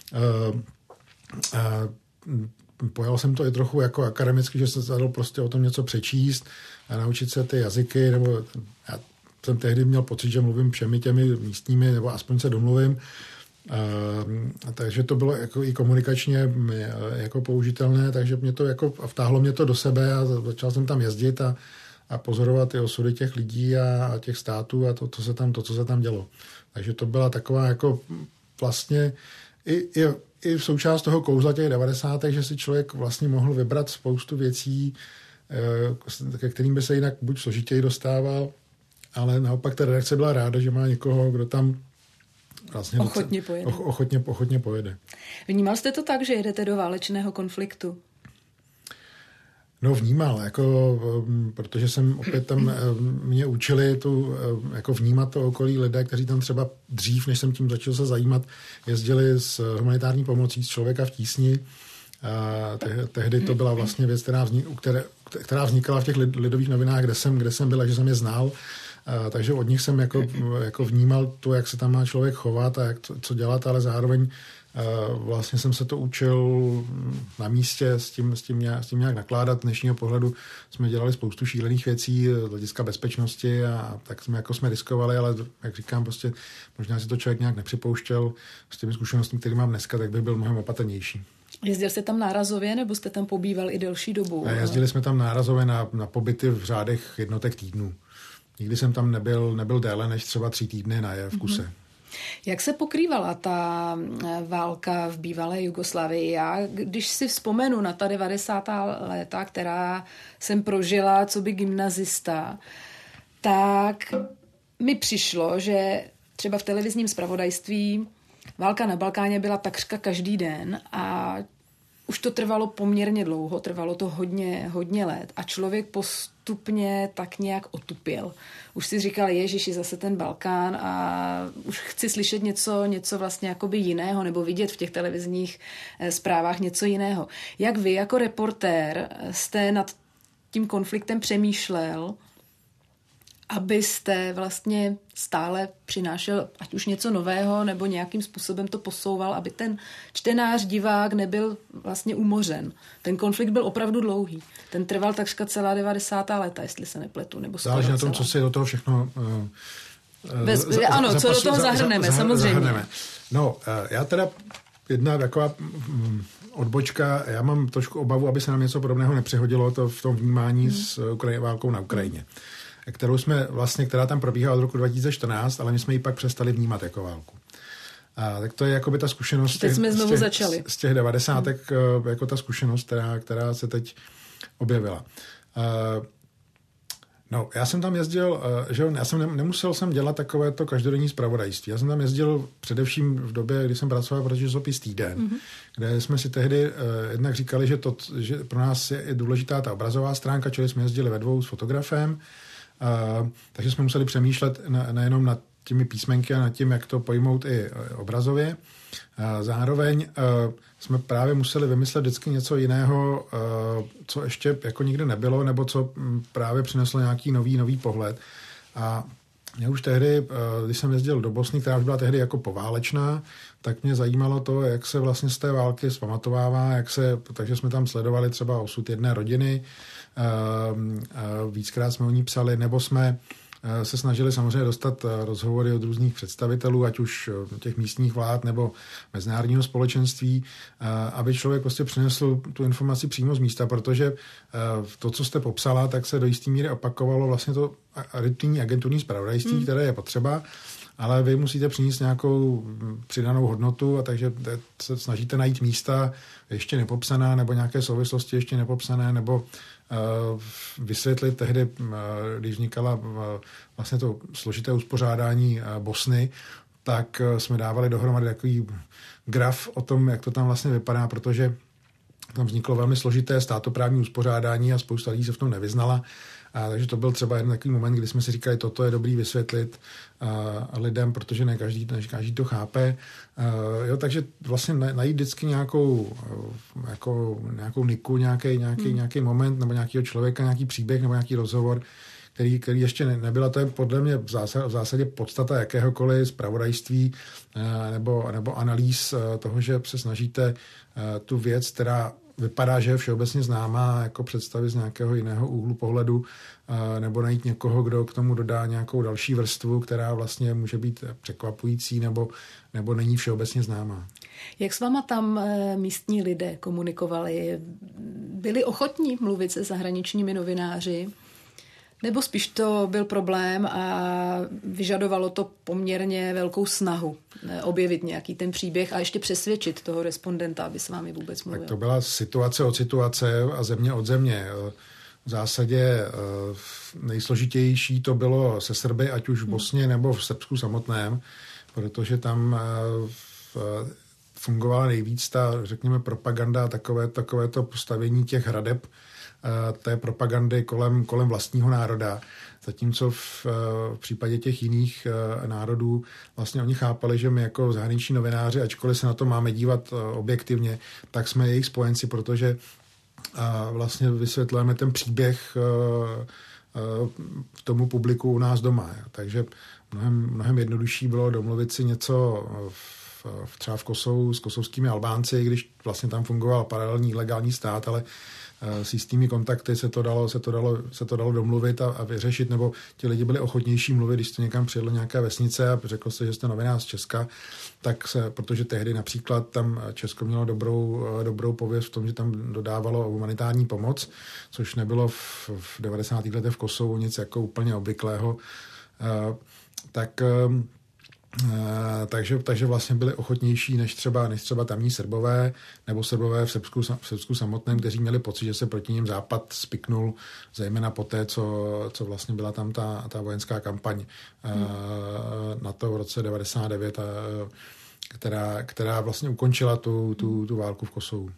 Pojal jsem to i trochu jako akademicky, že se dalo prostě o tom něco přečíst a naučit se ty jazyky, nebo já jsem tehdy měl pocit, že mluvím všemi těmi místními, nebo aspoň se domluvím. Uh, takže to bylo jako i komunikačně jako použitelné, takže mě to jako vtáhlo mě to do sebe a začal jsem tam jezdit a, a pozorovat ty osudy těch lidí a, a těch států a to, to, se tam, to, co se tam dělo. Takže to byla taková jako vlastně i, i, i v součást toho kouzla těch devadesátek, že si člověk vlastně mohl vybrat spoustu věcí, ke kterým by se jinak buď složitěji dostával, ale naopak ta redakce byla ráda, že má někoho, kdo tam vlastně ochotně pojede. Och, ochotně, ochotně pojede. Vnímal jste to tak, že jedete do válečného konfliktu? No vnímal, jako, protože jsem opět tam, mě učili tu, jako vnímat to okolí lidé, kteří tam třeba dřív, než jsem tím začal se zajímat, jezdili s humanitární pomocí z Člověka v tísni. A te, tehdy to byla vlastně věc, která, vznik, které, která vznikala v těch lidových novinách, kde jsem, kde jsem byl a že jsem je znal. A, takže od nich jsem jako, jako vnímal to, jak se tam má člověk chovat a jak to, co dělat, ale zároveň a, vlastně jsem se to učil na místě s tím, s tím, nějak, s tím nějak nakládat. Z dnešního pohledu jsme dělali spoustu šílených věcí z hlediska bezpečnosti a tak jsme, jako jsme riskovali, ale jak říkám, prostě možná si to člověk nějak nepřipouštěl s těmi zkušenostmi, které mám dneska, tak bych byl mnohem opatrnější. Jezdil jste tam nárazově, nebo jste tam pobýval i delší dobu? A jezdili jsme tam nárazově na, na pobyty v řádech jednotek týdnů. Nikdy jsem tam nebyl, nebyl déle než třeba tři týdny na je v kuse. Mm-hmm. Jak se pokrývala ta válka v bývalé Jugoslávii? Já, když si vzpomenu na ta devadesátá léta, která jsem prožila co by gymnazista, tak mi přišlo, že třeba v televizním zpravodajství válka na Balkáně byla takřka každý den a už to trvalo poměrně dlouho, trvalo to hodně, hodně let a člověk postupně tak nějak otupěl. Už si říkal, ježiši, zase ten Balkán a už chci slyšet něco, něco vlastně jakoby jiného nebo vidět v těch televizních zprávách něco jiného. Jak vy jako reportér jste nad tím konfliktem přemýšlel, abyste vlastně stále přinášel ať už něco nového, nebo nějakým způsobem to posouval, aby ten čtenář, divák nebyl vlastně umořen. Ten konflikt byl opravdu dlouhý. Ten trval takřka celá devadesátá léta, jestli se nepletu. Nebo záleží na tom, co si do toho všechno... Uh, Bez, za, ano, za, co do toho za, zahrneme, za, za, samozřejmě. Zahrneme. No, uh, já teda jedna taková um, odbočka, já mám trošku obavu, aby se nám něco podobného nepřihodilo to v tom vnímání hmm. s Ukraj- válkou na Ukrajině. kterou jsme vlastně, která tam probíhala od roku dva tisíce čtrnáct, ale my jsme ji pak přestali vnímat jako válku. A tak to je jakoby ta zkušenost teď jsme znovu z, těch, začali. z těch devadesátek, hmm. jako ta zkušenost, která, která se teď objevila. Uh, no, já jsem tam jezdil, uh, že já jsem nemusel jsem dělat takové to každodenní zpravodajství. Já jsem tam jezdil především v době, kdy jsem pracoval pro časopis Týden, hmm. kde jsme si tehdy uh, jednak říkali, že, to, že pro nás je důležitá ta obrazová stránka, čili jsme jezdili ve dvou s fotografem, uh, takže jsme museli přemýšlet na, nejenom nad těmi písmenky a nad tím, jak to pojmout i obrazově. Zároveň jsme právě museli vymyslet vždycky něco jiného, co ještě jako nikdy nebylo, nebo co právě přineslo nějaký nový, nový pohled. A mě už tehdy, když jsem jezdil do Bosny, která už byla tehdy jako poválečná, tak mě zajímalo to, jak se vlastně z té války zpamatovává, jak se, takže jsme tam sledovali třeba osud jedné rodiny, víckrát jsme o ní psali, nebo jsme se snažili samozřejmě dostat rozhovory od různých představitelů, ať už těch místních vlád nebo mezinárodního společenství, aby člověk prostě přinesl tu informaci přímo z místa, protože to, co jste popsala, tak se do jisté míry opakovalo vlastně to rutinní agenturní zpravodajství, mm. které je potřeba, ale vy musíte přinést nějakou přidanou hodnotu, a takže se snažíte najít místa ještě nepopsaná, nebo nějaké souvislosti ještě nepopsané, nebo vysvětlit tehdy, když vznikala vlastně to složité uspořádání Bosny, tak jsme dávali dohromady takový graf o tom, jak to tam vlastně vypadá, protože tam vzniklo velmi složité státoprávní uspořádání a spousta lidí se v tom nevyznala. A takže to byl třeba jeden takový moment, kdy jsme si říkali, toto je dobrý vysvětlit a lidem, protože ne každý, ne každý to chápe. A jo, takže vlastně najít vždycky nějakou, jako, nějakou niku, nějaký, nějaký, hmm. nějaký moment nebo nějakého člověka, nějaký příběh nebo nějaký rozhovor, který, který ještě ne, nebyla. To je podle mě v zásadě, v zásadě podstata jakéhokoliv zpravodajství nebo, nebo analýz toho, že se snažíte tu věc, která vypadá, že je všeobecně známá, jako představit z nějakého jiného úhlu pohledu, nebo najít někoho, kdo k tomu dodá nějakou další vrstvu, která vlastně může být překvapující nebo, nebo není všeobecně známá. Jak s váma tam místní lidé komunikovali? Byli ochotní mluvit se zahraničními novináři? Nebo spíš to byl problém a vyžadovalo to poměrně velkou snahu objevit nějaký ten příběh a ještě přesvědčit toho respondenta, aby s vámi vůbec mluvil? Tak to byla situace od situace a země od země. V zásadě nejsložitější to bylo se Srby, ať už v Bosně nebo v Srbsku samotném, protože tam fungovala nejvíc ta, řekněme, propaganda, takové, takové to postavění těch hradeb, té propagandy kolem, kolem vlastního národa. Zatímco v, v případě těch jiných národů vlastně oni chápali, že my jako zahraniční novináři, ačkoliv se na to máme dívat objektivně, tak jsme jejich spojenci, protože vlastně vysvětlujeme ten příběh tomu publiku u nás doma. Takže mnohem, mnohem jednodušší bylo domluvit si něco v, v třeba v Kosovu s kosovskými Albánci, když vlastně tam fungoval paralelní legální stát, ale s jistými kontakty se to dalo, se to dalo, se to dalo domluvit a, a vyřešit, nebo ti lidi byli ochotnější mluvit, když jste někam přijedlo nějaké vesnice a řekl se, že jste novinář z Česka, tak se, protože tehdy například tam Česko mělo dobrou, dobrou pověst v tom, že tam dodávalo humanitární pomoc, což nebylo v, v devadesátých letech v Kosovu nic jako úplně obvyklého, tak Uh, takže, takže vlastně byli ochotnější než třeba, než třeba tamní Srbové nebo Srbové v Srbsku, v Srbsku samotném, kteří měli pocit, že se proti ním Západ spiknul, zejména po té, co, co vlastně byla tam ta, ta vojenská kampaň hmm. uh, na to v roce devadesát devět, uh, která, která vlastně ukončila tu, tu, tu válku v Kosovu.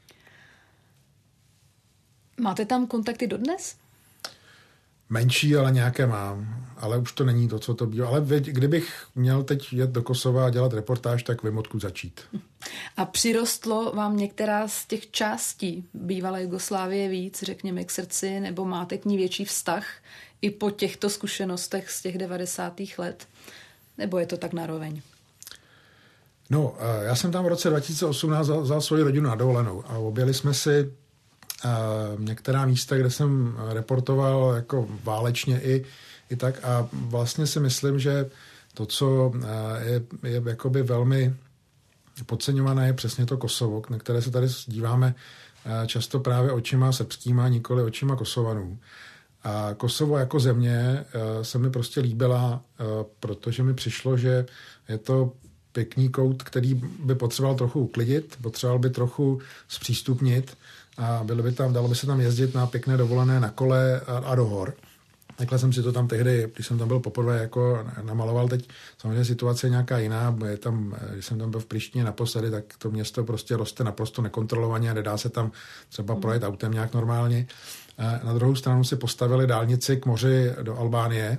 Máte tam kontakty dodnes? Menší, ale nějaké mám. Ale už to není to, co to bylo. Ale kdybych měl teď jet do Kosova a dělat reportáž, tak vím, odkud začít. A přirostlo vám některá z těch částí bývalé Jugoslávie víc, řekněme, k srdci, nebo máte k ní větší vztah i po těchto zkušenostech z těch devadesátých let? Nebo je to tak naroveň? No, já jsem tam v roce dva tisíce osmnáct vzal, vzal svoji rodinu na dovolenou a objeli jsme si Uh, některá místa, kde jsem reportoval jako válečně i, i tak a vlastně si myslím, že to, co uh, je, je jakoby velmi podceňované, je přesně to Kosovo, na které se tady díváme uh, často právě očima srbskýma, nikoli očima Kosovanů. A Kosovo jako země uh, se mi prostě líbila, uh, protože mi přišlo, že je to pěkný kout, který by potřeboval trochu uklidit, potřeboval by trochu zpřístupnit a bylo by tam, dalo by se tam jezdit na pěkné dovolené na kole a, a do hor. Takhle jsem si to tam tehdy, když jsem tam byl poprvé, jako namaloval. Teď samozřejmě situace je nějaká jiná. Je tam, když jsem tam byl v Prištině naposledy, tak to město prostě roste naprosto nekontrolovaně a nedá se tam třeba projet autem nějak normálně. A na druhou stranu si postavili dálnici k moři do Albánie,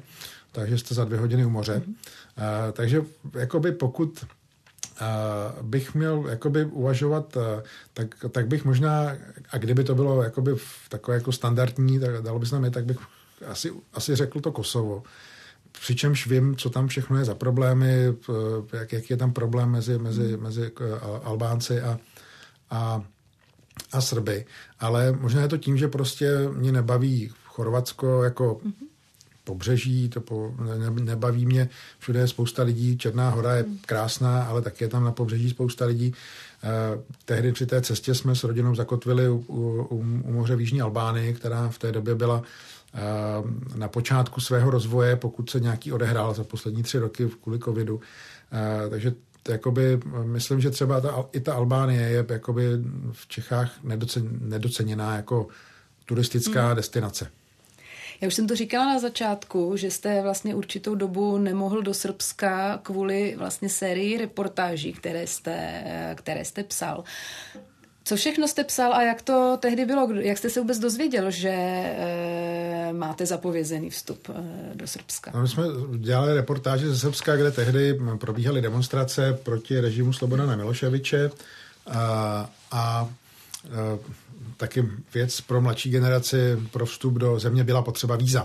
takže jste za dvě hodiny u moře. Mm. Uh, takže jakoby pokud uh, bych měl jakoby uvažovat, uh, tak, tak bych možná, a kdyby to bylo jakoby takové jako standardní, tak dalo by se nám je, tak bych asi, asi řekl to Kosovo. Přičemž vím, co tam všechno je za problémy, jak, jak je tam problém mezi, mezi, mezi Albánci a, a, a Srby. Ale možná je to tím, že prostě mě nebaví Chorvatsko jako mm-hmm. pobřeží, to po, ne, nebaví mě, všude je spousta lidí, Černá Hora je krásná, ale taky je tam na pobřeží spousta lidí. Eh, tehdy při té cestě jsme s rodinou zakotvili u, u, u moře v Jižní Albánii, která v té době byla na počátku svého rozvoje, pokud se nějaký odehrál za poslední tři roky kvůli covidu. Takže jakoby, myslím, že třeba ta, i ta Albánie je jakoby v Čechách nedoceněná jako turistická hmm. destinace. Já už jsem to říkala na začátku, že jste vlastně určitou dobu nemohl do Srbska kvůli vlastně sérii reportáží, které jste, které jste psal. Co všechno jste psal a jak to tehdy bylo? Jak jste se vůbec dozvěděl, že e, máte zapovězený vstup e, do Srbska? No, my jsme dělali reportáže ze Srbska, kde tehdy probíhaly demonstrace proti režimu Slobodana Miloševiče a, a e, taky věc pro mladší generaci pro vstup do země byla potřeba víza.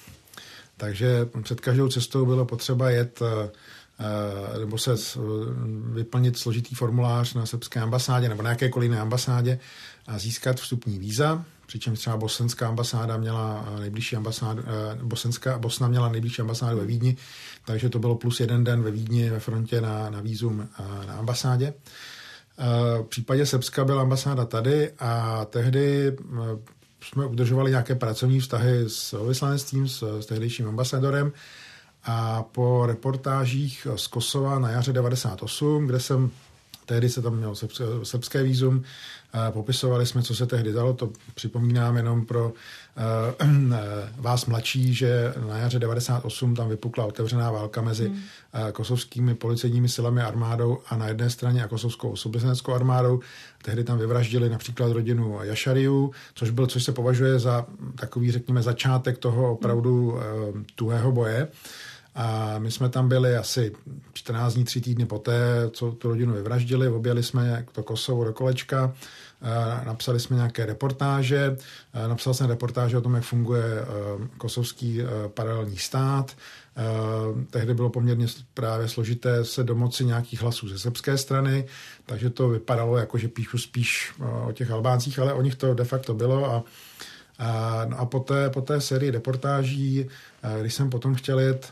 Takže před každou cestou bylo potřeba jet nebo se vyplnit složitý formulář na srbské ambasádě nebo na jakékoliv jiné ambasádě a získat vstupní víza, přičemž třeba bosenská ambasáda měla nejbližší ambasádu, bosenská Bosna měla nejbližší ambasádu ve Vídni, takže to bylo plus jeden den ve Vídni ve frontě na, na vízum na ambasádě. V případě Srbska byla ambasáda tady a tehdy jsme udržovali nějaké pracovní vztahy s vyslanectvím, s, s tehdejším ambasadorem. A po reportážích z Kosova na jaře devadesát osm, kde jsem, tehdy se tam měl srbské, srbské vízum, popisovali jsme, co se tehdy dalo, to připomínám jenom pro uh, vás mladší, že na jaře devadesát osm tam vypukla otevřená válka mezi hmm. uh, kosovskými policejními silami a armádou a na jedné straně a kosovskou osvobozeneckou armádou. Tehdy tam vyvraždili například rodinu Jašariů, což byl, což se považuje za takový, řekněme, začátek toho opravdu uh, tuhého boje. A my jsme tam byli asi čtrnáct dní, tři týdny poté, co tu rodinu vyvraždili, objeli jsme to Kosovo do kolečka, napsali jsme nějaké reportáže, napsal jsem reportáže o tom, jak funguje kosovský paralelní stát. Tehdy bylo poměrně právě složité se domoci nějakých hlasů ze srbské strany, takže to vypadalo jako, že píšu spíš o těch Albáncích, ale o nich to de facto bylo a A, no a po té, po té sérii reportáží, když jsem potom chtěl jet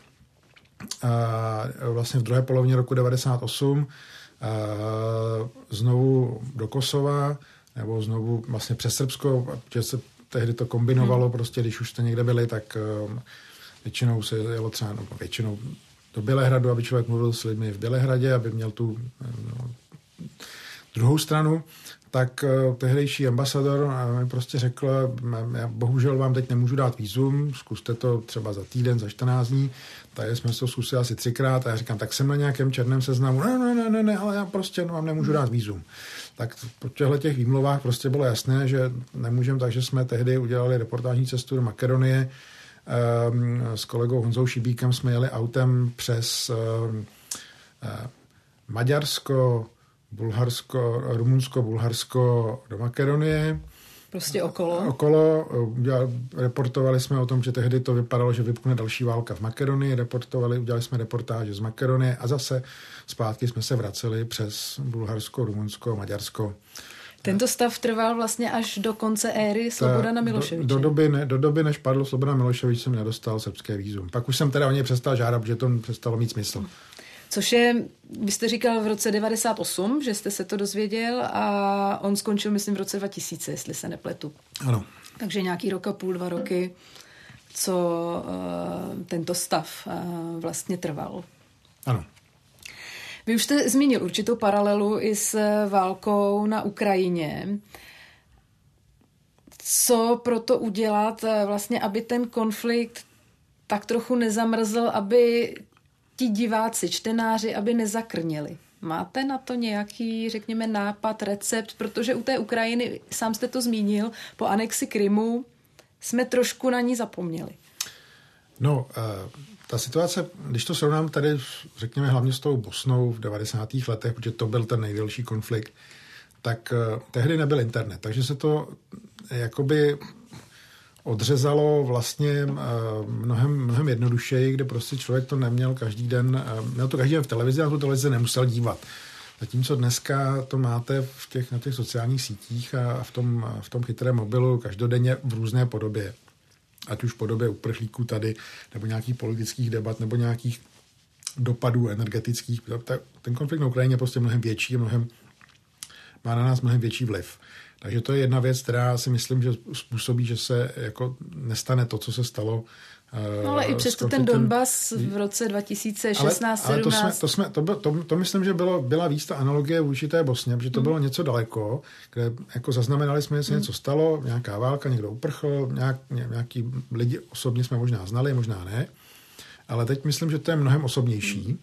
a vlastně v druhé polovině roku devadesát osm znovu do Kosova, nebo znovu vlastně přes Srbsko, protože se tehdy to kombinovalo, hmm. prostě když už jste někde byli, tak většinou se jelo třeba, no, většinou do Bělehradu, aby člověk mluvil s lidmi v Bělehradě, aby měl tu no, druhou stranu, tak tehdejší ambasador mi prostě řekl, já bohužel vám teď nemůžu dát vízum, zkuste to třeba za týden, za čtrnáct dní, tady jsme to zkusili asi třikrát a já říkám, tak jsem na nějakém černém seznamu, ne, ne, ne, ne, ne, ale já prostě no, vám nemůžu dát vízum. Tak po těchto těch výmluvách prostě bylo jasné, že nemůžeme, takže jsme tehdy udělali reportážní cestu do Makedonie. S kolegou Honzou Šibíkem jsme jeli autem přes Maďarsko, Bulharsko, Rumunsko, Bulharsko do Makedonie. Prostě okolo. Okolo. Udělali, reportovali jsme o tom, že tehdy to vypadalo, že vypukne další válka v Makedonii. Reportovali, udělali jsme reportáže z Makedonie a zase zpátky jsme se vraceli přes Bulharsko, Rumunsko, Maďarsko. Tento stav trval vlastně až do konce éry Slobodana Miloševiče. Do, do, doby, ne, do doby, než padl Slobodan Miloševič, jsem nedostal srbské vízum. Pak už jsem teda o něj přestal žádat, protože to přestalo mít smysl. Což je, vy jste říkal v roce devadesát osm, že jste se to dozvěděl a on skončil, myslím, v roce dva tisíce, jestli se nepletu. Ano. Takže nějaký rok a půl, dva roky, co uh, tento stav uh, vlastně trval. Ano. Vy už jste zmínil určitou paralelu i s válkou na Ukrajině. Co proto udělat, vlastně, aby ten konflikt tak trochu nezamrzl, aby ti diváci, čtenáři, aby nezakrněli? Máte na to nějaký, řekněme, nápad, recept? Protože u té Ukrajiny, sám jste to zmínil, po anexi Krymu jsme trošku na ní zapomněli. No, ta situace, když to srovnám tady, řekněme hlavně s tou Bosnou v devadesátých letech, protože to byl ten nejdelší konflikt, tak tehdy nebyl internet, takže se to jakoby odřezalo vlastně mnohem, mnohem jednodušeji, kde prostě člověk to neměl každý den, měl to každý den v televizi a tu televizi nemusel dívat. Zatímco dneska to máte v těch, na těch sociálních sítích a v tom, v tom chytrém mobilu každodenně v různé podobě. Ať už v podobě uprchlíků tady, nebo nějakých politických debat, nebo nějakých dopadů energetických. Ten konflikt na Ukrajině je prostě mnohem větší, mnohem, má na nás mnohem větší vliv. Takže to je jedna věc, která si myslím, že způsobí, že se jako nestane to, co se stalo. No ale i přesto ten Donbas v roce dva tisíce šestnáct sedmnáct. Ale, ale to, jsme, to, jsme, to, to, to myslím, že bylo, byla víc ta analogie vůči té Bosně, protože to hmm. bylo něco daleko, kde jako zaznamenali jsme, že se hmm. něco stalo, nějaká válka, někdo uprchl, nějak, nějaký lidi osobně jsme možná znali, možná ne. Ale teď myslím, že to je mnohem osobnější. Hmm.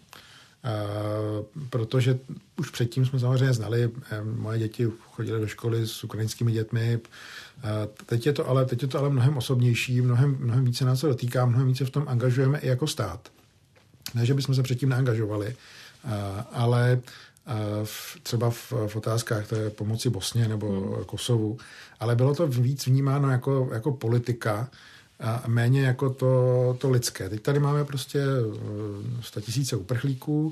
Uh, protože už předtím jsme samozřejmě znali, moje děti chodily do školy s ukrajinskými dětmi, uh, teď je to ale, teď je to ale mnohem osobnější, mnohem, mnohem více nás se dotýká, mnohem více v tom angažujeme i jako stát. Ne, že bychom se předtím neangažovali, uh, ale uh, v, třeba v, v otázkách té pomoci Bosně nebo hmm. Kosovu, ale bylo to víc vnímáno jako, jako politika, a méně jako to, to lidské. Teď tady máme prostě sto tisíce uprchlíků,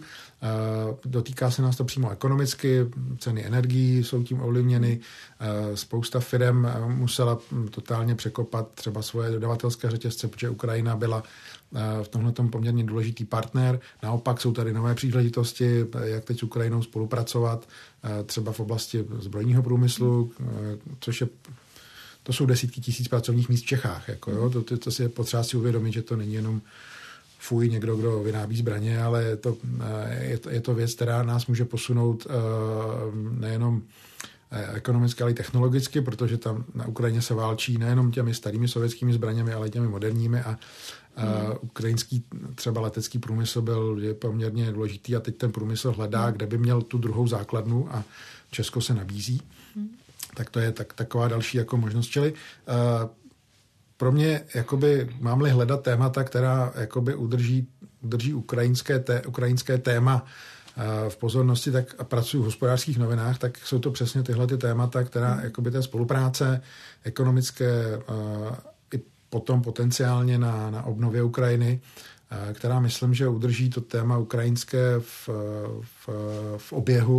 dotýká se nás to přímo ekonomicky, ceny energií jsou tím ovlivněny, spousta firem musela totálně překopat třeba svoje dodavatelské řetězce, protože Ukrajina byla v tomhletom poměrně důležitý partner. Naopak jsou tady nové příležitosti, jak teď s Ukrajinou spolupracovat, třeba v oblasti zbrojního průmyslu, což je to jsou desítky tisíc pracovních míst v Čechách. Jako, jo? To, to, to si je potřeba si uvědomit, že to není jenom fuj někdo, kdo vyrábí zbraně, ale je to, je to, je to věc, která nás může posunout nejenom ekonomicky, ale i technologicky, protože tam na Ukrajině se válčí nejenom těmi starými sovětskými zbraněmi, ale i těmi moderními a, a hmm. ukrajinský třeba letecký průmysl byl je poměrně důležitý a teď ten průmysl hledá, kde by měl tu druhou základnu a Česko se nabízí. Hmm. Tak to je tak, taková další jako možnost. Čili uh, pro mě, jakoby, mám-li hledat témata, která jakoby udrží, udrží ukrajinské, té, ukrajinské téma uh, v pozornosti, tak a pracuji v hospodářských novinách, tak jsou to přesně tyhle ty témata, která jakoby té spolupráce ekonomické uh, i potom potenciálně na, na obnově Ukrajiny, uh, která myslím, že udrží to téma ukrajinské v, v, v oběhu.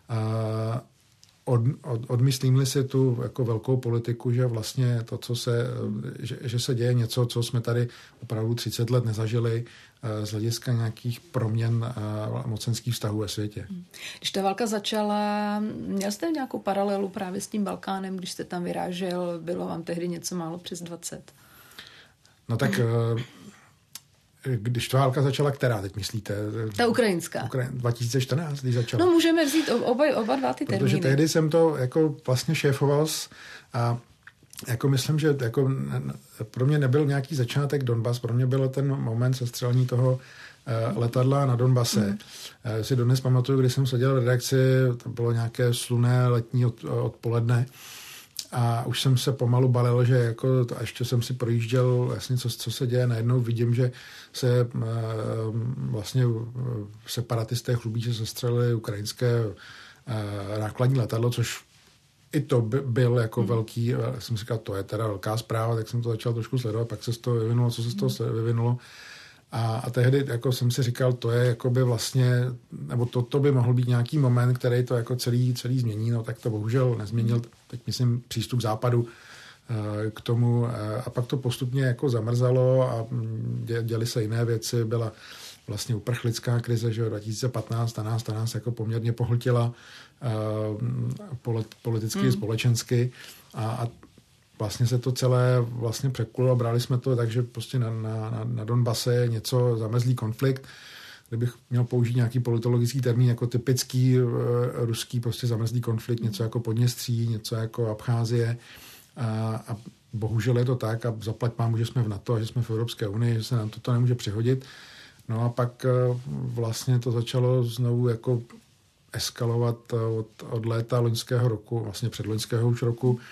Uh, Od, od, odmyslím-li si tu jako velkou politiku, že vlastně to, co se, že, že se děje něco, co jsme tady opravdu třicet let nezažili z hlediska nějakých proměn mocenských vztahů ve světě. Když ta válka začala, měl jste nějakou paralelu právě s tím Balkánem, když jste tam vyrážel, bylo vám tehdy něco málo přes dvacet? No tak... Když ta válka začala, která teď myslíte? Ta ukrajinská. Ukrajin, dva tisíce čtrnáct, když začala. No můžeme vzít oba, oba dva ty termíny. Protože tehdy jsem to jako vlastně šéfoval a jako myslím, že jako pro mě nebyl nějaký začátek Donbas, pro mě byl ten moment sestřelení toho letadla na Donbase. Mm. Si dodnes pamatuju, když jsem seděl v redakci, to bylo nějaké slunné letní od, odpoledne, a už jsem se pomalu balil, že jako, a ještě jsem si projížděl jasně, co, co se děje. Najednou vidím, že se e, vlastně separatisté chlubí, že sestřelili ukrajinské e, nákladní letadlo, což i to by byl jako hmm. velký, já jsem si říkal, to je teda velká zpráva, tak jsem to začal trošku sledovat, pak se z toho vyvinulo, co se z toho hmm. vyvinulo. A, a tehdy jako jsem si říkal, to je jakoby vlastně, nebo to, to by mohl být nějaký moment, který to jako celý, celý změní, no tak to bohužel nezměnil, teď myslím přístup západu uh, k tomu uh, a pak to postupně jako zamrzalo a dě, děly se jiné věci, byla vlastně uprchlická krize, že dva tisíce patnáct, ta nás, ta nás jako poměrně pohltila uh, politicky, hmm. společensky a, a vlastně se to celé vlastně překulo a brali jsme to tak, že prostě na, na, na Donbase je něco zamezlý konflikt. Kdybych měl použít nějaký politologický termín jako typický uh, ruský prostě zamezlý konflikt, něco jako Podněstří, něco jako Abcházie. A, a bohužel je to tak a zaplať pámu, že jsme v NATO a že jsme v Evropské unii, že se nám toto nemůže přihodit. No a pak uh, vlastně to začalo znovu jako eskalovat od, od léta loňského roku, vlastně předloňského už roku,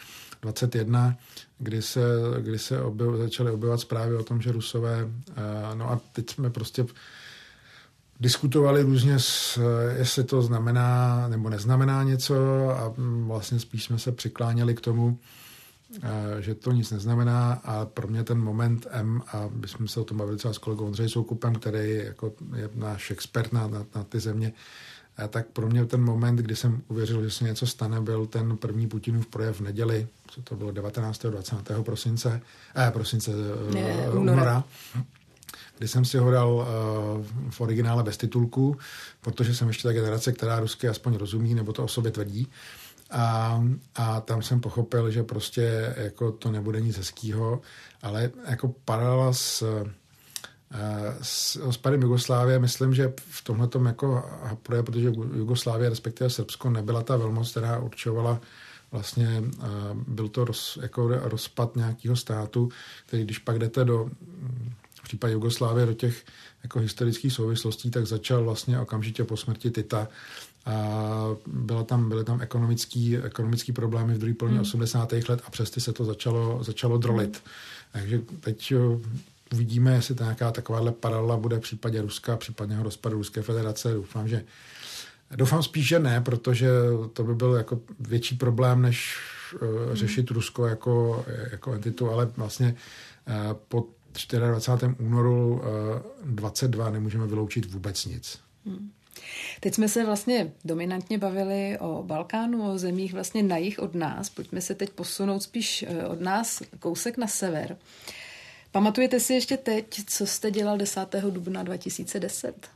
dvacet jedna, kdy se, kdy se objev, začaly objevovat zprávy o tom, že Rusové, no a teď jsme prostě diskutovali různě, jestli to znamená nebo neznamená něco a vlastně spíš jsme se přikláněli k tomu, že to nic neznamená a pro mě ten moment M, a bychom se o tom bavili třeba s kolegou Ondřejem Soukupem, který jako je náš expert na, na, na ty země, a tak pro mě ten moment, kdy jsem uvěřil, že se něco stane, byl ten první Putinův projev v neděli, co to bylo devatenáctého dvacátého prosince, eh, prosince ne, února, kdy jsem si ho dal uh, v originále bez titulku, protože jsem ještě ta generace, která rusky aspoň rozumí, nebo to o sobě tvrdí. A, a tam jsem pochopil, že prostě jako to nebude nic hezkýho, ale jako paralela s, s rozpadem Jugoslávie, myslím, že v tomhletom jako hapruje, protože Jugoslávie, respektive Srbsko, nebyla ta velmoc, která určovala vlastně, byl to roz, jako rozpad nějakého státu, který když pak jdete do v případě Jugoslávie do těch jako historických souvislostí, tak začal vlastně okamžitě po smrti Tita a byla tam, byly tam ekonomický, ekonomický problémy v druhé polovině hmm. osmdesátých let a přes ty se to začalo, začalo drolit. Hmm. Takže teď uvidíme, jestli to nějaká takováhle paralela bude v případě Ruska, případného rozpadu Ruské federace. Doufám, že doufám spíš, že ne, protože to by byl jako větší problém, než uh, řešit hmm. Rusko jako, jako entitu, ale vlastně uh, po dvacátého čtvrtého únoru dvacet dva nemůžeme vyloučit vůbec nic. Hmm. Teď jsme se vlastně dominantně bavili o Balkánu, o zemích vlastně na jih od nás. Pojďme se teď posunout spíš od nás kousek na sever. Pamatujete si ještě teď, co jste dělal desátého dubna dva tisíce deset?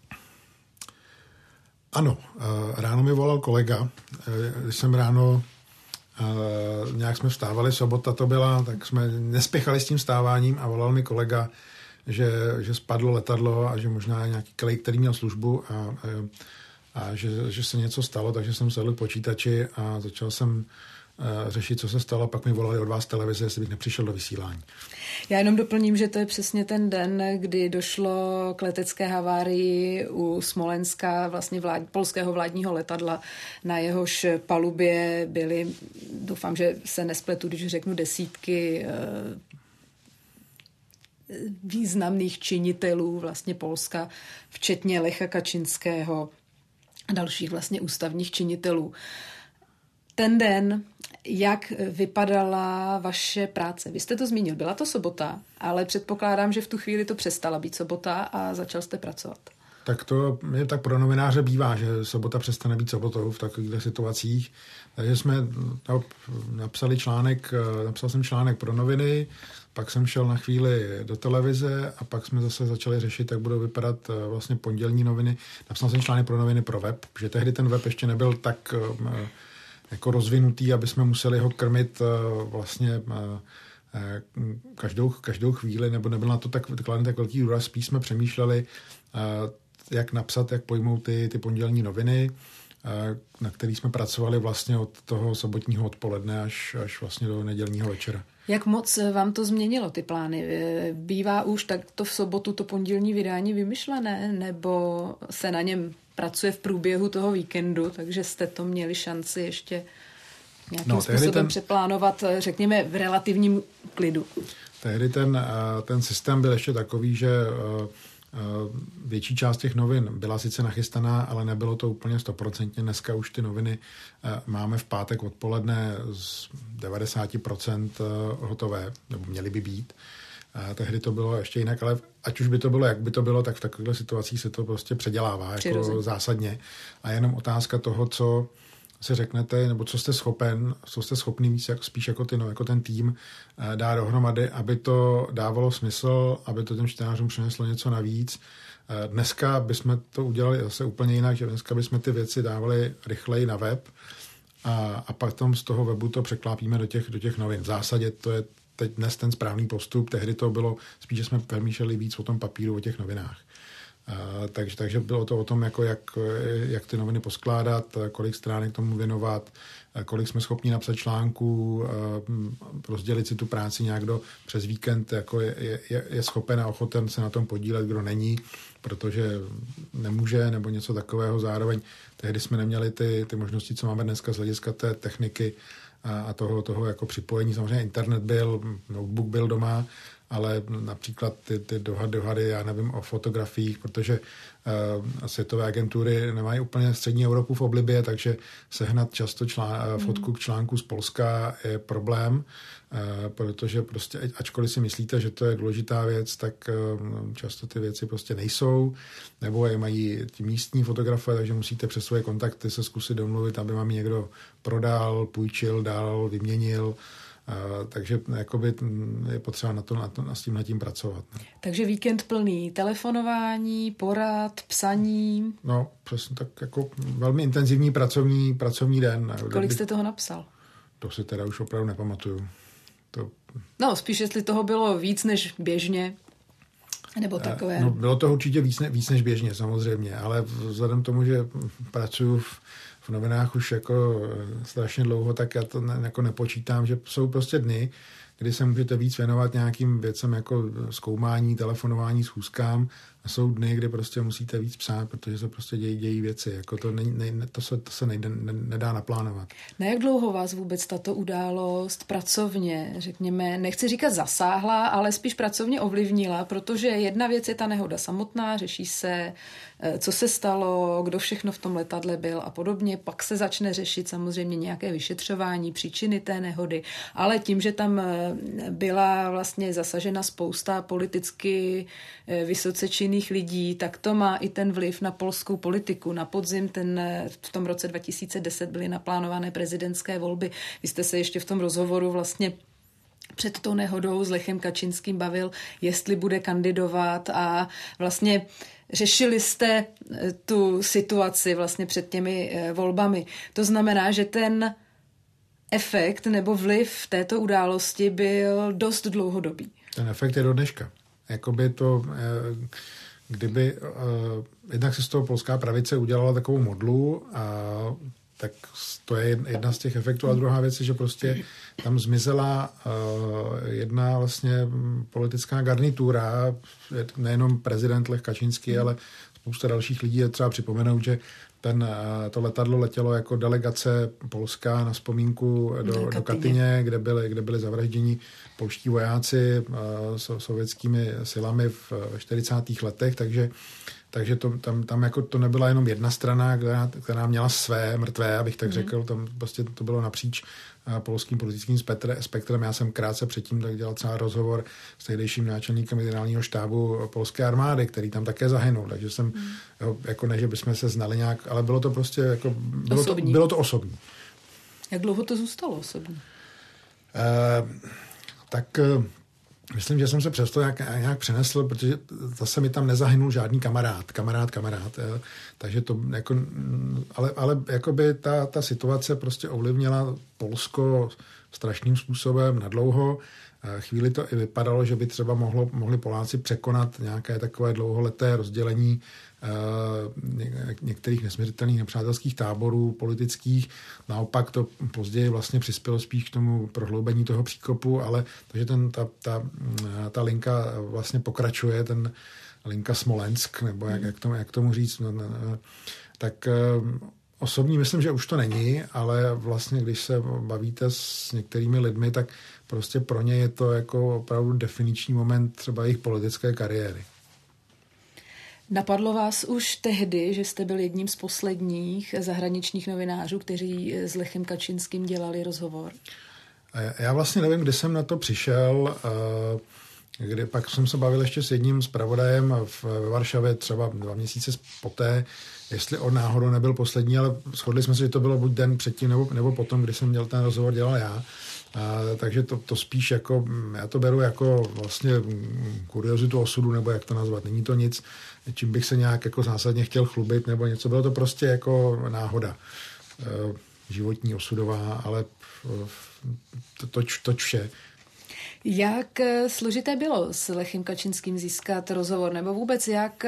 Ano, ráno mi volal kolega. Když jsem ráno Uh, nějak jsme vstávali, sobota to byla, tak jsme nespěchali s tím vstáváním a volal mi kolega, že, že spadlo letadlo a že možná nějaký kolej, který měl službu a, a že, že se něco stalo, takže jsem sedl k počítači a začal jsem uh, řešit, co se stalo, pak mi volali od vás televize, jestli bych nepřišel do vysílání. Já jenom doplním, že to je přesně ten den, kdy došlo k letecké havárii u Smolenska, vlastně vlád, polského vládního letadla, na jehož palubě byly, doufám, že se nespletu, když řeknu desítky eh, významných činitelů vlastně Polska, včetně Lecha Kačinského a dalších vlastně ústavních činitelů. Ten den, jak vypadala vaše práce? Vy jste to zmínil, byla to sobota, ale předpokládám, že v tu chvíli to přestala být sobota a začal jste pracovat. Tak to je tak pro novináře bývá, že sobota přestane být sobotou v takových situacích. Takže jsme napsali článek, napsal jsem článek pro noviny, pak jsem šel na chvíli do televize a pak jsme zase začali řešit, jak budou vypadat vlastně pondělní noviny. Napsal jsem článek pro noviny pro web, protože tehdy ten web ještě nebyl tak jako rozvinutý, aby jsme museli ho krmit vlastně každou, každou chvíli, nebo nebyl na to tak, tak velký důraz, spíš jsme přemýšleli, jak napsat, jak pojmout ty, ty pondělní noviny, na kterých jsme pracovali vlastně od toho sobotního odpoledne až, až vlastně do nedělního večera. Jak moc vám to změnilo, ty plány? Bývá už takto v sobotu to pondělní vydání vymyšlené, nebo se na něm pracuje v průběhu toho víkendu, takže jste to měli šanci ještě nějakým no, způsobem ten, přeplánovat, řekněme, v relativním klidu? Tehdy ten, ten systém byl ještě takový, že větší část těch novin byla sice nachystaná, ale nebylo to úplně stoprocentně. Dneska už ty noviny máme v pátek odpoledne z devadesát procent hotové, nebo měly by být. A tehdy to bylo ještě jinak, ale ať už by to bylo, jak by to bylo, tak v takovýchto situacích se to prostě předělává jako zásadně. A jenom otázka toho, co si řeknete, nebo co jste schopen, co jste schopný víc, jak, spíš jako, ty, no, jako ten tým dá dohromady, aby to dávalo smysl, aby to těm čtenářům přineslo něco navíc. Dneska bychom to udělali zase úplně jinak, že dneska bychom ty věci dávali rychleji na web a, a pak tam z toho webu to překlápíme do těch, do těch novin. V zásadě to je teď dnes ten správný postup, tehdy to bylo spíš, že jsme přemýšleli víc o tom papíru, o těch novinách. Uh, takže, takže bylo to o tom, jako jak, jak ty noviny poskládat, kolik stránek tomu věnovat, kolik jsme schopni napsat článků, uh, rozdělit si tu práci nějak do přes víkend, jako je, je, je schopen a ochoten se na tom podílet, kdo není, protože nemůže nebo něco takového. Zároveň tehdy jsme neměli ty, ty možnosti, co máme dneska z hlediska té techniky, a, a toho, toho jako připojení. Samozřejmě internet byl, notebook byl doma, ale například ty, ty dohady, dohady, já nevím, o fotografiích, protože uh, světové agentury nemají úplně střední Evropu v oblibě, takže sehnat často člán, mm. fotku k článku z Polska je problém, uh, protože prostě, ačkoliv si myslíte, že to je důležitá věc, tak uh, často ty věci prostě nejsou, nebo je mají ti místní fotografové, takže musíte přes svoje kontakty se zkusit domluvit, aby vám někdo prodal, půjčil, dal, vyměnil. Uh, takže jakoby je potřeba na to, na to, s tím nad tím pracovat. Ne? Takže víkend plný telefonování, porad, psaní. No, přesně tak jako velmi intenzivní pracovní, pracovní den. Kolik jste toho napsal? To si teda už opravdu nepamatuju. To... No, spíš jestli toho bylo víc než běžně, nebo takové. No, bylo to určitě víc, ne, víc než běžně, samozřejmě, ale vzhledem tomu, že pracuji v v novinách už jako strašně dlouho, tak já to ne, jako nepočítám, že jsou prostě dny, kdy se můžete víc věnovat nějakým věcem jako zkoumání, telefonování, schůzkám a jsou dny, kdy prostě musíte víc psát, protože se prostě dějí, dějí věci. Jako to, ne, ne, to se, to se nejde, ne, nedá naplánovat. Na jak dlouho vás vůbec tato událost pracovně, řekněme, nechci říkat zasáhla, ale spíš pracovně ovlivnila, protože jedna věc je ta nehoda samotná, řeší se, co se stalo, kdo všechno v tom letadle byl a podobně, pak se začne řešit samozřejmě nějaké vyšetřování příčiny té nehody, ale tím, že tam byla vlastně zasažena spousta politicky vysoce činných lidí, tak to má i ten vliv na polskou politiku. Na podzim ten, v tom roce dva tisíce deset byly naplánované prezidentské volby. Vy jste se ještě v tom rozhovoru vlastně před tou nehodou s Lechem Kačínským bavil, jestli bude kandidovat a vlastně řešili jste tu situaci vlastně před těmi volbami. To znamená, že ten efekt nebo vliv této události byl dost dlouhodobý. Ten efekt je do dneška. Jakoby to, kdyby jednak se z toho polská pravice udělala takovou modlu, a tak to je jedna z těch efektů. A druhá věc je, že prostě tam zmizela jedna vlastně politická garnitura, nejenom prezident Lech Kačínský, ale spousta dalších lidí. Je třeba připomenout, že ten, to letadlo letělo jako delegace polská na vzpomínku do, do, do Katyně, kde byli, kde byli zavražděni polští vojáci so, sovětskými silami v čtyřicátých letech, takže, takže to, tam, tam jako to nebyla jenom jedna strana, která, která měla své mrtvé, abych tak mm. řekl, tam prostě to bylo napříč polským politickým spektrem. Já jsem krátce předtím tak dělal třeba rozhovor s tehdejším náčelníkem generálního štábu polské armády, který tam také zahynul, takže jsem, mm. jo, jako ne, že bychom se znali nějak, ale bylo to prostě jako, bylo, to, bylo to osobní. Jak dlouho to zůstalo osobní? Uh, tak uh, myslím, že jsem se přesto nějak, nějak přenesl, protože zase mi tam nezahynul žádný kamarád, kamarád, kamarád. Jo. Takže to jako, ale, ale jakoby ta, ta situace prostě ovlivnila Polsko strašným způsobem nadlouho. Chvíli to i vypadalo, že by třeba mohlo, mohli Poláci překonat nějaké takové dlouholeté rozdělení některých nesměřitelných nepřátelských táborů politických. Naopak to později vlastně přispělo spíš k tomu prohloubení toho příkopu, ale takže ten, ta, ta, ta linka vlastně pokračuje, ten linka Smolensk, nebo jak, jak, tomu, jak tomu říct, no, no, tak osobní myslím, že už to není, ale vlastně když se bavíte s některými lidmi, tak prostě pro ně je to jako opravdu definiční moment třeba jejich politické kariéry. Napadlo vás už tehdy, že jste byl jedním z posledních zahraničních novinářů, kteří s Lechem Kačínským dělali rozhovor? Já vlastně nevím, kdy jsem na to přišel, kdy pak jsem se bavil ještě s jedním zpravodajem v Varšavě třeba dva měsíce poté, jestli on náhodou nebyl poslední, ale shodli jsme se, že to bylo buď den předtím nebo, nebo potom, kdy jsem měl ten rozhovor, dělal já. A, takže to, to spíš jako, já to beru jako vlastně kuriozitu osudu, nebo jak to nazvat. Není to nic, čím bych se nějak jako zásadně chtěl chlubit, nebo něco. Bylo to prostě jako náhoda. E, životní, osudová, ale to, toč, toč vše. Jak složité bylo s Lechem Kačínským získat rozhovor, nebo vůbec jak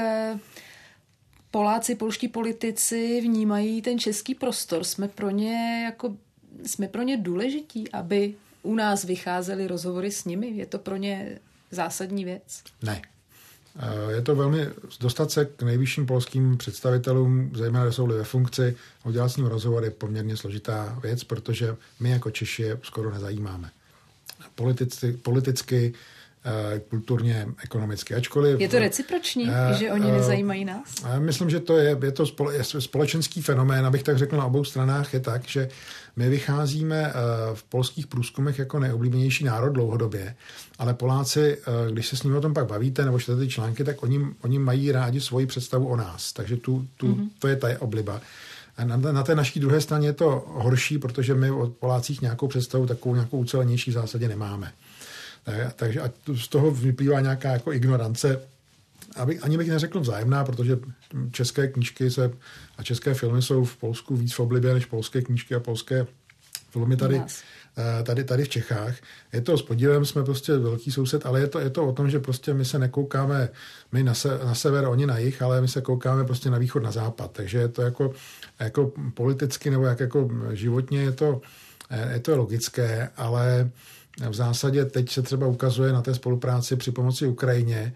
Poláci, polští politici vnímají ten český prostor? Jsme pro ně jako jsme pro ně důležití, aby u nás vycházely rozhovory s nimi? Je to pro ně zásadní věc? Ne. Je to velmi, dostat se k nejvyšším polským představitelům, zejména když jsou ve funkci, udělat s ním rozhovor je poměrně složitá věc, protože my jako Češi je skoro nezajímáme. Politicky, politicky kulturně, ekonomicky. Ačkoliv, je to reciproční, uh, že oni nezajímají nás? Uh, myslím, že to je, je to spole, je společenský fenomén, abych tak řekl, na obou stranách je tak, že my vycházíme uh, v polských průzkumech jako nejoblíbenější národ dlouhodobě, ale Poláci, uh, když se s nimi o tom pak bavíte nebo čtete ty články, tak oni, oni mají rádi svoji představu o nás. Takže tu, tu, mm-hmm. to je ta obliba. A na, na té naší druhé straně je to horší, protože my o Polácích nějakou představu, takovou nějakou ucelenější v zásadě nemáme. Takže z toho vyplývá nějaká jako ignorance, aby, ani bych neřekl vzájemná, protože české knížky se, a české filmy jsou v Polsku víc v oblibě než polské knížky a polské filmy tady, tady, tady v Čechách. Je to s podívem, jsme prostě velký soused, ale je to, je to o tom, že prostě my se nekoukáme my na, se, na sever, oni na jih, ale my se koukáme prostě na východ, na západ. Takže je to jako, jako politicky nebo jak jako životně je to, je to logické, ale v zásadě teď se třeba ukazuje na té spolupráci při pomoci Ukrajině,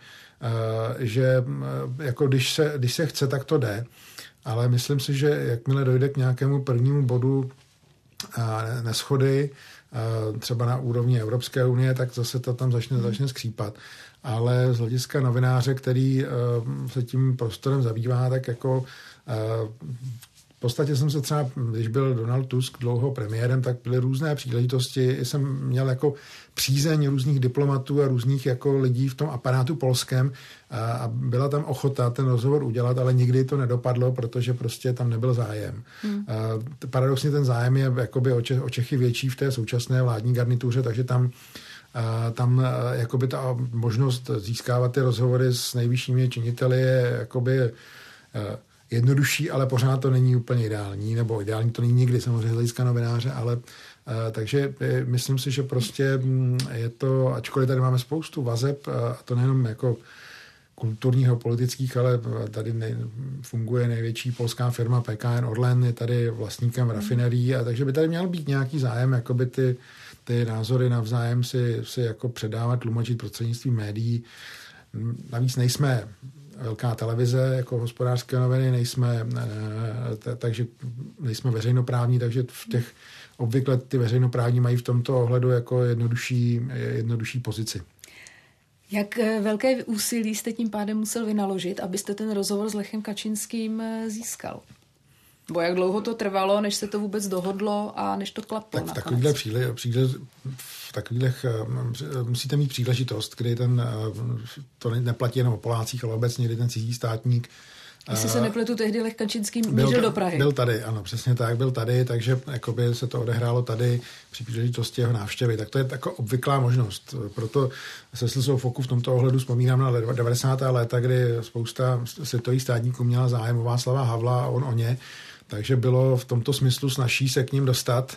že jako když se, když se chce, tak to jde. Ale myslím si, že jakmile dojde k nějakému prvnímu bodu neshody, třeba na úrovni Evropské unie, tak zase to tam začne, začne skřípat. Ale z hlediska novináře, který se tím prostorem zabývá, tak jako v podstatě jsem se třeba, když byl Donald Tusk dlouho premiérem, tak byly různé příležitosti. Jsem měl jako přízeň různých diplomatů a různých jako lidí v tom aparátu polském a byla tam ochota ten rozhovor udělat, ale nikdy to nedopadlo, protože prostě tam nebyl zájem. Hmm. Paradoxně ten zájem je jakoby o Čechy větší v té současné vládní garnituře, takže tam tam jakoby ta možnost získávat ty rozhovory s nejvyššími činiteli je jakoby jednodušší, ale pořád to není úplně ideální, nebo ideální to není nikdy samozřejmě z hlediska novináře, ale uh, takže myslím si, že prostě je to, ačkoliv tady máme spoustu vazeb, uh, a to nejenom jako kulturního, politických, ale tady nej, funguje největší polská firma P K N Orlen, je tady vlastníkem rafinerií, a takže by tady měl být nějaký zájem, jakoby ty, ty názory navzájem si, si jako předávat, tlumočit prostřednictvím médií. Navíc nejsme velká televize, jako Hospodářské noviny, nejsme, t- takže nejsme veřejnoprávní, takže v těch obvykle ty veřejnoprávní mají v tomto ohledu jako jednodušší, jednodušší pozici. Jak velké úsilí jste tím pádem musel vynaložit, abyste ten rozhovor s Lechem Kačinským získal? Bo jak dlouho to trvalo, než se to vůbec dohodlo a než to klaplo tak v takovýchhle příle, příle, v takovýchhlech musíte mít příležitost, kdy ten, to neplatí jenom o Polácích, ale obecně, kdy ten cizí státník. Jestli se nepletu, tehdy Lech Kačinský mířil do Prahy. Byl tady, ano, přesně tak, byl tady, takže jakoby se to odehrálo tady při příležitosti jeho návštěvy. Tak to je jako obvyklá možnost. Proto se s Foku v tomto ohledu vzpomínám na devadesátá léta, kdy spousta světových státníků měla zájem o Václava Havla a on o ně. Takže bylo v tomto smyslu snazší se k ním dostat,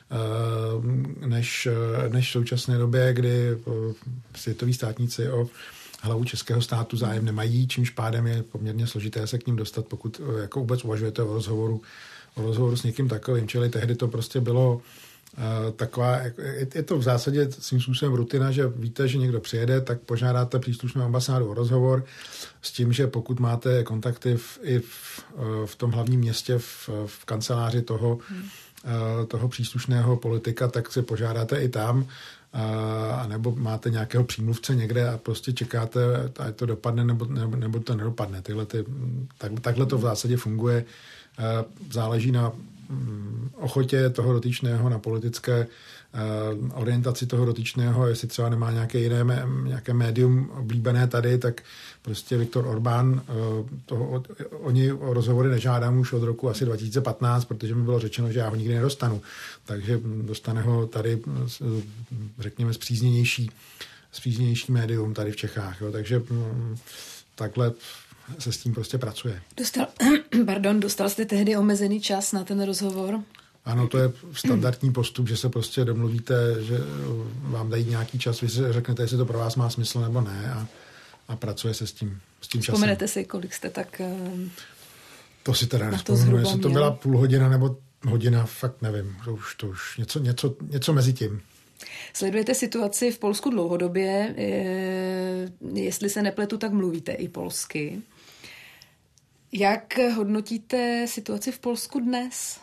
než, než v současné době, kdy světoví státníci o hlavu českého státu zájem nemají, čímž pádem je poměrně složité se k ním dostat, pokud jako vůbec uvažujete o rozhovoru, o rozhovoru s někým takovým. Čili tehdy to prostě bylo uh, taková, je, je to v zásadě svým způsobem rutina, že víte, že někdo přijede, tak požádáte příslušnou ambasádu o rozhovor s tím, že pokud máte kontakty v, i v, v tom hlavním městě, v, v kanceláři toho, hmm. uh, toho příslušného politika, tak si požádáte i tam, a nebo máte nějakého přímluvce někde a prostě čekáte, ať to dopadne nebo, nebo, nebo to nedopadne. Tyhle ty, tak, takhle to v zásadě funguje. Záleží na ochotě toho dotyčného, na politické orientaci toho dotyčného, jestli třeba nemá nějaké jiné nějaké médium oblíbené tady, tak prostě Viktor Orbán, toho, oni o rozhovory nežádám už od roku asi dva tisíce patnáct, protože mi bylo řečeno, že já ho nikdy nedostanu. Takže dostane ho tady, řekněme, zpřízněnější, zpřízněnější médium tady v Čechách. Jo. Takže takhle se s tím prostě pracuje. Dostal, pardon, dostal jste tehdy omezený čas na ten rozhovor? Ano, to je standardní postup, že se prostě domluvíte, že vám dají nějaký čas, vy si řeknete, jestli to pro vás má smysl nebo ne a, a pracuje se s tím, s tím časem. Vzpomenete si, kolik jste tak To si teda nespomenu, jestli to byla půl hodina nebo hodina, fakt nevím, to už, to už něco, něco, něco mezi tím. Sledujete situaci v Polsku dlouhodobě. jestli se nepletu, tak mluvíte i polsky. Jak hodnotíte situaci v Polsku dnes?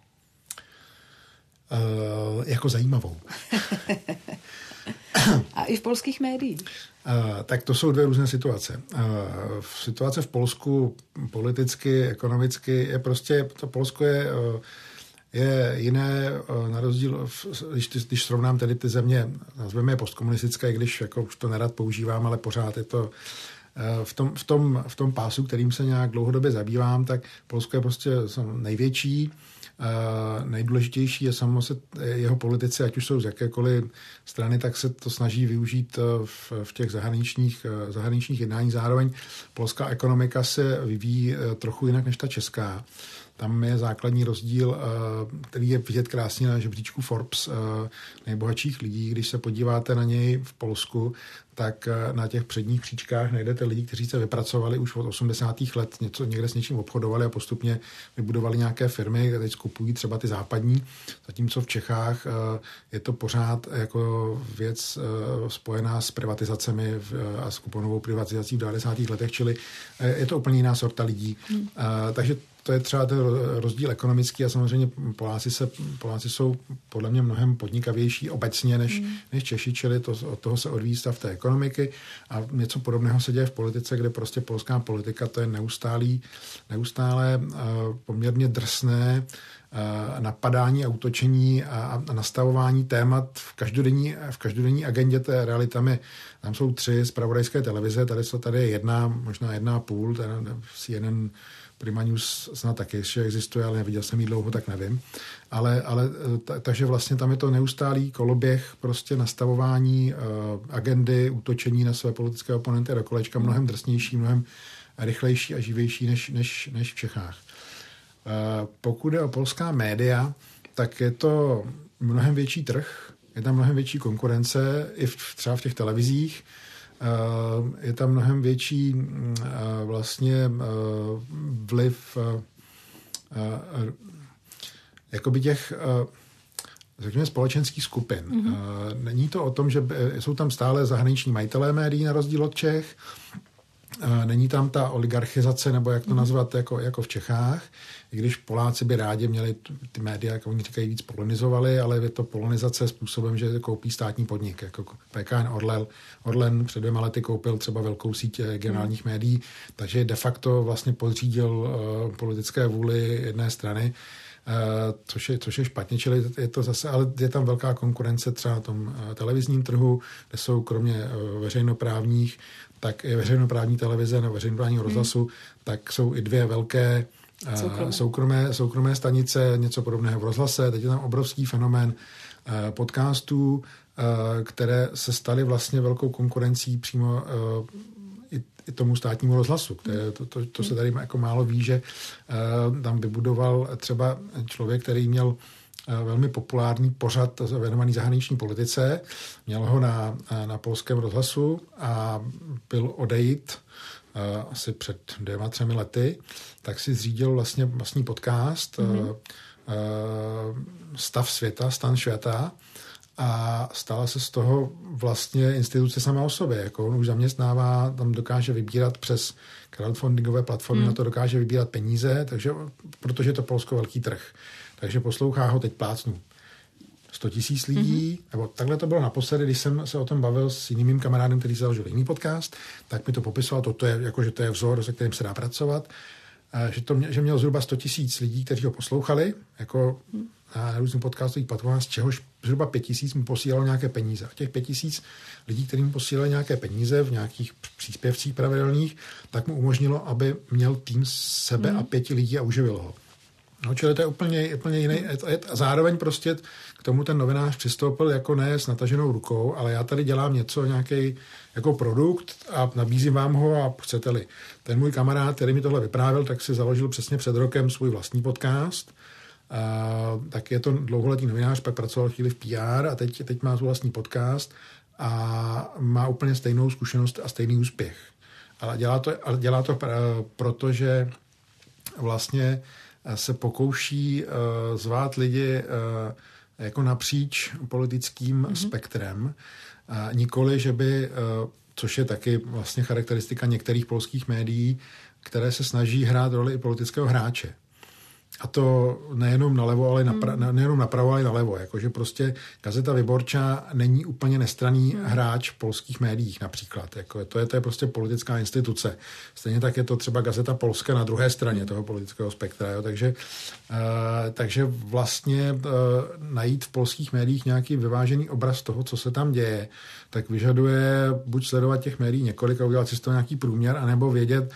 Uh, jako zajímavou. A i v polských médiích? Uh, tak to jsou dvě různé situace. Uh, situace v Polsku politicky, ekonomicky je prostě, to Polsko je, uh, je jiné, uh, na rozdíl, když, když srovnám tedy ty země, nazveme je postkomunistické, když jako už to nerad používám, ale pořád je to v tom, v, tom, v tom pásu, kterým se nějak dlouhodobě zabývám, tak Polsko je prostě největší, nejdůležitější je samo se jeho politici, ať už jsou z jakékoliv strany, tak se to snaží využít v, v těch zahraničních, zahraničních jednáních. Zároveň polská ekonomika se vyvíjí trochu jinak než ta česká. Tam je základní rozdíl, který je vidět krásně na žebříčku Forbes nejbohatších lidí. Když se podíváte na něj v Polsku, tak na těch předních příčkách najdete lidi, kteří se vypracovali už od osmdesátých let, něco, někde s něčím obchodovali a postupně vybudovali nějaké firmy, které teď skupují třeba ty západní. Zatímco v Čechách je to pořád jako věc spojená s privatizacemi a s kuponovou privatizací v devadesátých letech, čili je to úplně jiná sorta lidí. Hmm. Takže to je třeba ten rozdíl ekonomický a samozřejmě Poláci, se, Poláci jsou podle mě mnohem podnikavější obecně než, mm. než Češi, čili to, od toho se odvíjí stav té ekonomiky a něco podobného se děje v politice, kde prostě polská politika to je neustálý, neustálé poměrně drsné napadání a útočení a, a nastavování témat v každodenní, v každodenní agendě té reality. Tam, je, tam jsou tři zpravodajské televize, tady, tady je jedna, možná jedna a půl, ten C N N Prima News snad taky ještě existuje, ale neviděl jsem ji dlouho, tak nevím. Ale, ale ta, takže vlastně tam je to neustálý koloběh prostě nastavování uh, agendy, útočení na své politické oponenty do kolečka, mnohem drsnější, mnohem rychlejší a živější než, než, než v Čechách. Uh, pokud je o polská média, tak je to mnohem větší trh, je tam mnohem větší konkurence i v, třeba v těch televizích. Je tam mnohem větší vlastně vliv jakoby těch řekněme společenských skupin. Mm-hmm. Není to o tom, že jsou tam stále zahraniční majitelé médií na rozdíl od Čech, není tam ta oligarchizace, nebo jak to nazvat, jako, jako v Čechách, i když Poláci by rádi měli ty média, jak oni říkají, víc polonizovali, ale je to polonizace způsobem, že koupí státní podnik, jako P K N Orlen. Orlen před dvěma lety koupil třeba velkou síť regionálních hmm. médií, takže de facto vlastně podřídil uh, politické vůli jedné strany, uh, což, je, což je špatně, čili je to zase, ale je tam velká konkurence třeba na tom uh, televizním trhu, kde jsou kromě uh, veřejnoprávních tak i veřejnoprávní televize nebo veřejnoprávního rozhlasu, hmm. tak jsou i dvě velké soukromé. Soukromé, soukromé stanice, něco podobného v rozhlase. Teď je tam obrovský fenomén uh, podcastů, uh, které se staly vlastně velkou konkurencí přímo uh, i, i tomu státnímu rozhlasu. Které, to, to, to se tady jako málo ví, že uh, tam vybudoval třeba člověk, který měl velmi populární pořad věnovaný zahraniční politice. Měl ho na, na polském rozhlasu a byl odejít uh, asi před dvěma, třemi lety, tak si zřídil vlastně vlastní podcast mm-hmm. uh, uh, Stav světa, Stan světa a stala se z toho vlastně instituce sama o sobě. Jako on už zaměstnává, tam dokáže vybírat přes crowdfundingové platformy, mm. na to dokáže vybírat peníze, takže, protože je to Polsko velký trh. Takže poslouchá ho teď plácnu sto tisíc lidí, mm-hmm. nebo takhle to bylo naposledy, když jsem se o tom bavil s jiným mým kamarádem, který založil jiný podcast, tak mi to popisoval, toto je, jako, že to je vzor, se kterým se dá pracovat, že, to mě, že měl zhruba sto tisíc lidí, kteří ho poslouchali, jako na různých podcastových platformách, z čehož zhruba pět tisíc mu posílalo nějaké peníze. A těch pět tisíc lidí, kterým posílali nějaké peníze v nějakých příspěvcích pravidelných, tak mu umožnilo, aby měl tým sebe mm. a pěti lidí a uživil ho. No, čili to je úplně, úplně jiný. A zároveň prostě k tomu ten novinář přistoupil jako ne s nataženou rukou, ale já tady dělám něco, nějaký jako produkt a nabízím vám ho a chcete-li. Ten můj kamarád, který mi tohle vyprávěl, tak si založil přesně před rokem svůj vlastní podcast. A tak je to dlouholetý novinář, pak pracoval chvíli v P R a teď, teď má svůj vlastní podcast a má úplně stejnou zkušenost a stejný úspěch. Ale dělá to, ale dělá to protože vlastně se pokouší uh, zvát lidi uh, jako napříč politickým mm-hmm. spektrem. Uh, nikoli, že by uh, což je taky vlastně charakteristika některých polských médií, které se snaží hrát roli i politického hráče. A to nejenom nalevo, ale napra- hmm. nejenom napravo, ale nalevo. Jakože prostě Gazeta Wyborcza není úplně nestranný hmm. hráč v polských médiích například. Jako to, je, to je prostě politická instituce. Stejně tak je to třeba Gazeta Polska na druhé straně hmm. toho politického spektra. Jo. Takže, uh, takže vlastně uh, najít v polských médiích nějaký vyvážený obraz toho, co se tam děje, tak vyžaduje buď sledovat těch médií několik a udělat si z toho nějaký průměr, anebo vědět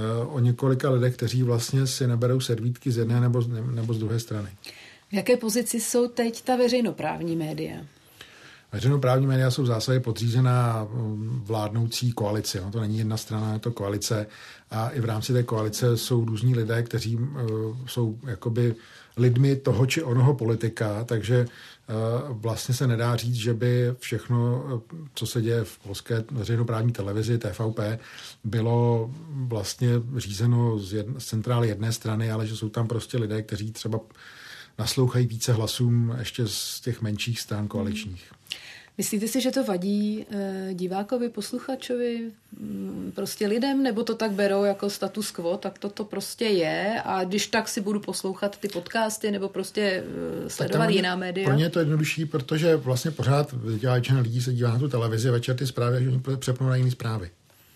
o několika lidech, kteří vlastně si naberou servítky z jedné nebo, nebo z druhé strany. V jaké pozici jsou teď ta veřejnoprávní média? Veřejnoprávní média jsou v zásadě podřízená vládnoucí koalici. No, to není jedna strana, je to koalice. A i v rámci té koalice jsou různí lidé, kteří uh, jsou jakoby lidmi toho či onoho politika, takže uh, vlastně se nedá říct, že by všechno, co se děje v polské veřejnoprávní televizi, T V P, bylo vlastně řízeno z, jedn, z centrály jedné strany, ale že jsou tam prostě lidé, kteří třeba naslouchají více hlasům ještě z těch menších stran koaličních. Myslíte si, že to vadí e, divákovi, posluchačovi, prostě lidem, nebo to tak berou jako status quo, tak to to prostě je a když tak si budu poslouchat ty podcasty nebo prostě e, sledovat jiná média? Pro ně je to jednodušší, protože vlastně pořád většina lidí se dívá na tu televizi, večer ty zprávy, že oni přepnou na jiné zprávy.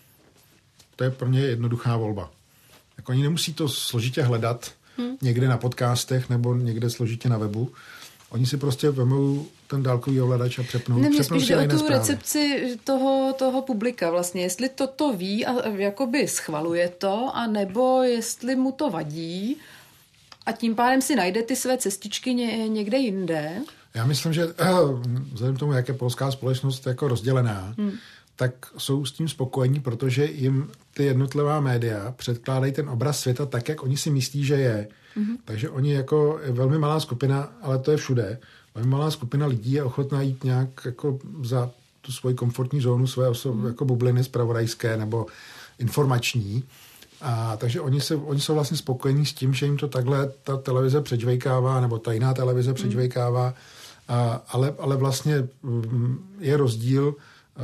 To je pro ně jednoduchá volba. Jako oni nemusí to složitě hledat hmm. někde na podcastech nebo někde složitě na webu. Oni si prostě vemou ten dálkový ovladač a přepnou, ne, přepnou spíš si na o jiné tu zprávy. recepci toho, toho publika vlastně. Jestli toto ví a jakoby schvaluje to, anebo jestli mu to vadí a tím pádem si najde ty své cestičky ně, někde jinde. Já myslím, že vzhledem k tomu, jak je polská společnost jako rozdělená, hmm. tak jsou s tím spokojení, protože jim ty jednotlivá média předkládají ten obraz světa tak, jak oni si myslí, že je. Mm-hmm. Takže oni jako velmi malá skupina, ale to je všude, velmi malá skupina lidí je ochotná jít nějak jako za tu svoji komfortní zónu, své osob, mm-hmm. jako bubliny zpravodajské nebo informační. A takže oni, se, oni jsou vlastně spokojení s tím, že jim to takhle ta televize předžvejkává, nebo ta jiná televize předžvejkává, mm. a, ale, ale vlastně je rozdíl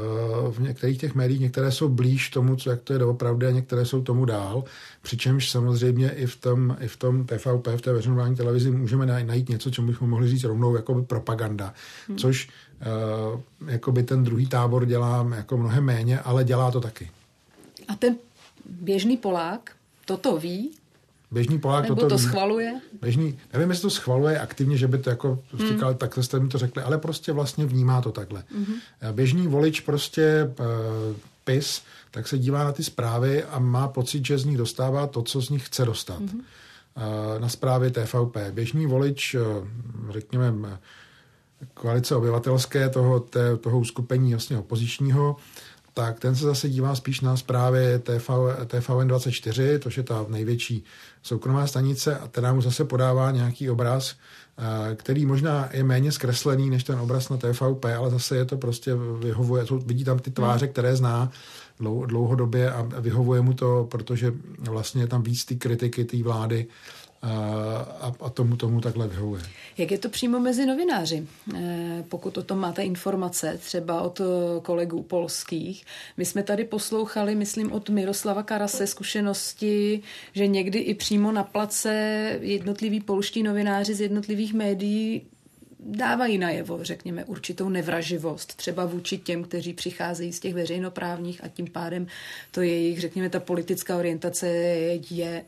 v některých těch médiích, některé jsou blíž tomu, co, jak to je doopravdy, a některé jsou tomu dál. Přičemž samozřejmě i v tom, i v tom T V P, v té veřejnoprávní televizi můžeme najít něco, čemu bychom mohli říct rovnou jakoby propaganda. Hmm. Což uh, jakoby ten druhý tábor dělá jako mnohem méně, ale dělá to taky. A ten běžný Polák toto ví? Běžný Polák Nebo toto to ví. schvaluje? Běžný, nevím, jestli to schvaluje aktivně, že by to jako prostě hmm. takhle jste mi to řekli, ale prostě vlastně vnímá to takhle. Hmm. Běžný volič prostě uh, P I S, tak se dívá na ty zprávy a má pocit, že z nich dostává to, co z nich chce dostat. Hmm. Uh, na zprávy T V P. Běžný volič, uh, řekněme, koalice obyvatelské toho, té, toho uskupení vlastně opozičního, tak ten se zase dívá spíš na zprávy T V N dvacet čtyři, to je ta největší soukromá stanice, a teda mu zase podává nějaký obraz, který možná je méně zkreslený než ten obraz na T V P, ale zase je to prostě vyhovuje, vidí tam ty tváře, které zná dlouhodobě a vyhovuje mu to, protože vlastně je tam víc ty kritiky té vlády a, a tomu, tomu takhle vyhovuje. Jak je to přímo mezi novináři? Pokud o tom máte informace, třeba od kolegů polských. My jsme tady poslouchali, myslím, od Miroslava Karase zkušenosti, že někdy i přímo na place jednotliví polští novináři z jednotlivých médií dávají najevo, řekněme, určitou nevraživost, třeba vůči těm, kteří přicházejí z těch veřejnoprávních, a tím pádem to jejich, řekněme, ta politická orientace je,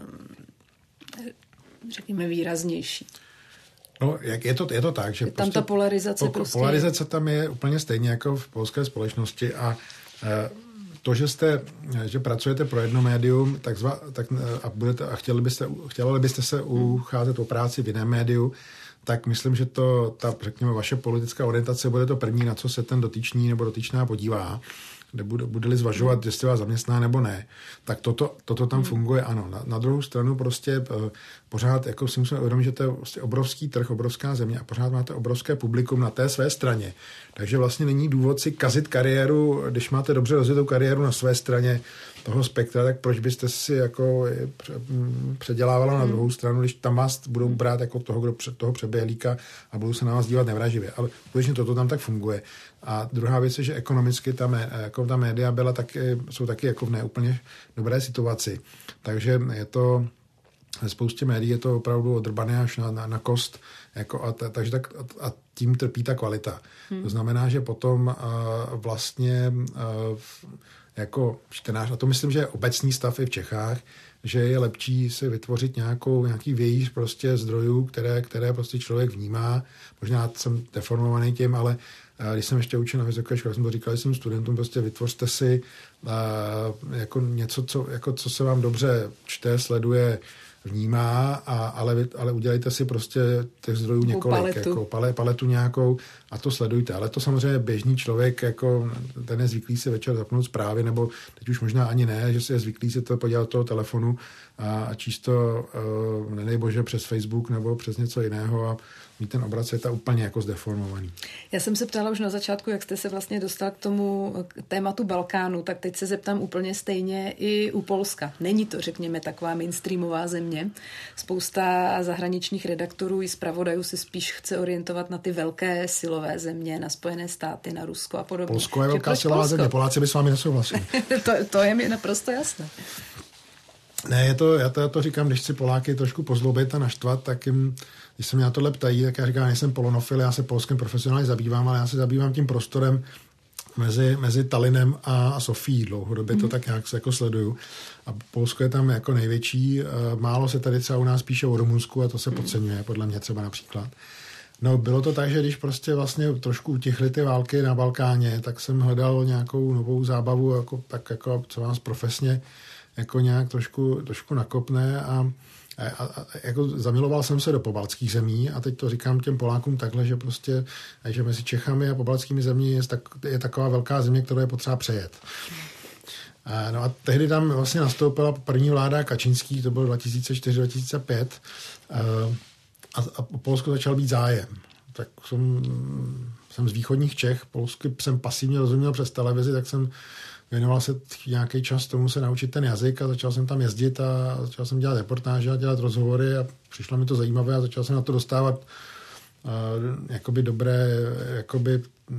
řekněme, výraznější. No, jak je to, je to tak, že je tam prostě ta polarizace po, prostě polarizace tam je úplně stejně jako v polské společnosti a e, to, že jste, že pracujete pro jedno médium, tak, zva, tak a, budete, a chtěli byste, chtěli byste se ucházet o práci v jiném médiu, tak myslím, že to, ta, řekněme, vaše politická orientace bude to první, na co se ten dotyčný nebo dotyčná podívá, kde bude, bude-li zvažovat, jestli vás zaměstná nebo ne, tak toto, toto tam funguje, ano. Na, na druhou stranu prostě uh, pořád, jako si musíme uvědomit, že to je vlastně obrovský trh, obrovská země a pořád máte obrovské publikum na té své straně. Takže vlastně není důvod si kazit kariéru, když máte dobře rozjetou kariéru na své straně toho spektra, tak proč byste si jako předělávala hmm. na druhou stranu, když tam vás budou brát jako toho, kdo před toho přeběhlíka a budou se na vás dívat nevraživě. Ale skutečně toto tam tak funguje. A druhá věc je, že ekonomicky tam je, jako jako ta média byla taky, jsou taky jako v neúplně dobré situaci. Takže je to, ve spoustě médií je to opravdu odrbané až na, na, na kost, jako a, ta, takže tak, a, a tím trpí ta kvalita. Hmm. To znamená, že potom uh, vlastně uh, jako čtenář, a to myslím, že je obecný stav i v Čechách, že je lepší si vytvořit nějakou, nějaký vějíř prostě zdrojů, které, které prostě člověk vnímá. Možná jsem deformovaný tím, ale když jsem ještě učil na vysoké škole, jsem to říkal svým studentům, prostě vytvořte si uh, jako něco, co, jako co se vám dobře čte, sleduje, vnímá, a, ale, ale udělejte si prostě těch zdrojů několik, paletu. Jako pale, paletu nějakou a to sledujte. Ale to samozřejmě běžný člověk, jako ten je zvyklý si večer zapnout zprávy, nebo teď už možná ani ne, že si je zvyklý si to podívat toho telefonu a, a číst to, uh, nedej bože, přes Facebook nebo přes něco jiného a mít ten obraz světa úplně jako zdeformovaný. Já jsem se ptala už na začátku, jak jste se vlastně dostal k tomu k tématu Balkánu, tak teď se zeptám úplně stejně i u Polska. Není to, řekněme, taková mainstreamová země. Spousta zahraničních redaktorů i zpravodajů se spíš chce orientovat na ty velké silové země, na Spojené státy, na Rusko a podobně. Polsko je velká silová Polsko? země, Poláci by s vámi nesouhlasili. to, to je mi naprosto jasné. Ne, je to, já, to, já to říkám, když si Poláky trošku pozlobit a naštvat, tak jim, když se mě na tohle ptají, tak já říkám, nejsem polonofil, já se Polskem profesionálně zabývám, ale já se zabývám tím prostorem mezi, mezi Tallinem a, a Sofií. Dlouhodobě mm. to tak nějak se jako sleduju. A Polsko je tam jako největší. Málo se tady třeba u nás píše o Rumunsku a to se podceňuje, podle mě třeba například. No, bylo to tak, že když prostě vlastně trošku utichly ty války na Balkáně, tak jsem hledal nějakou novou zábavu, jako, tak jako, co vás profesně jako nějak trošku, trošku nakopne a, a, a jako zamiloval jsem se do pobaltských zemí a teď to říkám těm Polákům takhle, že prostě, že mezi Čechami a pobaltskými zemí je, tak, je taková velká země, kterou je potřeba přejet. A, no a tehdy tam vlastně nastoupila první vláda Kačinský, to bylo dva tisíce čtyři dva tisíce pět a, a, a Polsku začal být zájem. Tak jsem, jsem z východních Čech, polsky jsem pasivně rozuměl přes televizi, tak jsem věnoval se nějaký čas tomu se naučit ten jazyk a začal jsem tam jezdit a začal jsem dělat reportáže a dělat rozhovory a přišlo mi to zajímavé a začal jsem na to dostávat uh, jakoby dobré jakoby, uh,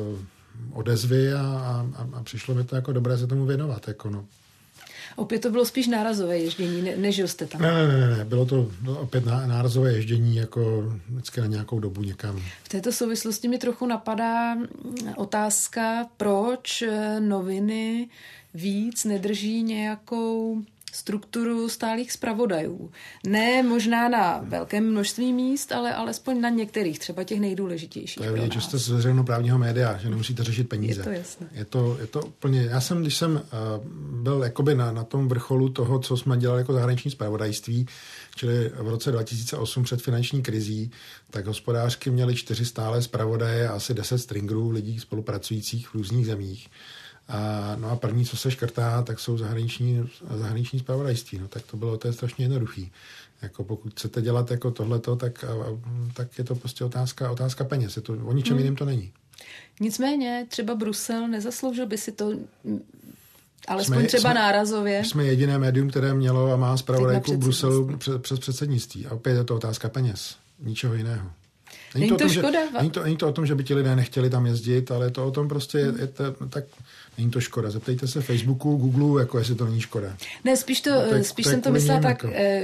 odezvy a, a, a přišlo mi to jako dobré se tomu věnovat. Jako no. Opět to bylo spíš nárazové ježdění, ne, nežil jste tam? Ne, ne, ne, ne. Bylo to opět nárazové ježdění jako vždycky na nějakou dobu někam. V této souvislosti mi trochu napadá otázka, proč noviny víc nedrží nějakou strukturu stálých zpravodajů. Ne možná na velkém množství míst, ale alespoň na některých, třeba těch nejdůležitějších. To je vidět, že jste z veřejnoprávního média, že nemusíte řešit peníze. Je to jasné. Je to, je to úplně, já jsem, když jsem uh, byl jakoby na, na tom vrcholu toho, co jsme dělali jako zahraniční zpravodajství, čili v roce dva tisíce osm před finanční krizí, tak hospodářky měly čtyři stále zpravodaje a asi deset stringerů lidí spolupracujících v různých zemích. A, no a první, co se škrtá, tak jsou zahraniční, zahraniční zpravodajství. No, tak to bylo, to je strašně jednoduchý. Jako pokud chcete dělat jako tohleto, tak, a, tak je to prostě otázka, otázka peněz. Je to, o ničem hmm. jiným to není. Nicméně třeba Brusel nezasloužil by si to alespoň jsme, třeba jsme, nárazově. Jsme jediné médium, které mělo a má zpravodajku v Bruselu přes, přes předsednictví. A opět je to otázka peněz. Ničeho jiného. Není, není to, to, tom, škoda? Že, není, to, není to o tom, že by ti lidé nechtěli tam jezdit, ale je to o tom prostě, je, je to, tak není to škoda. Zeptejte se Facebooku, Google, jako jestli to není škoda. Ne, spíš, to, no, to je, spíš to jsem to myslela tak, jako. eh,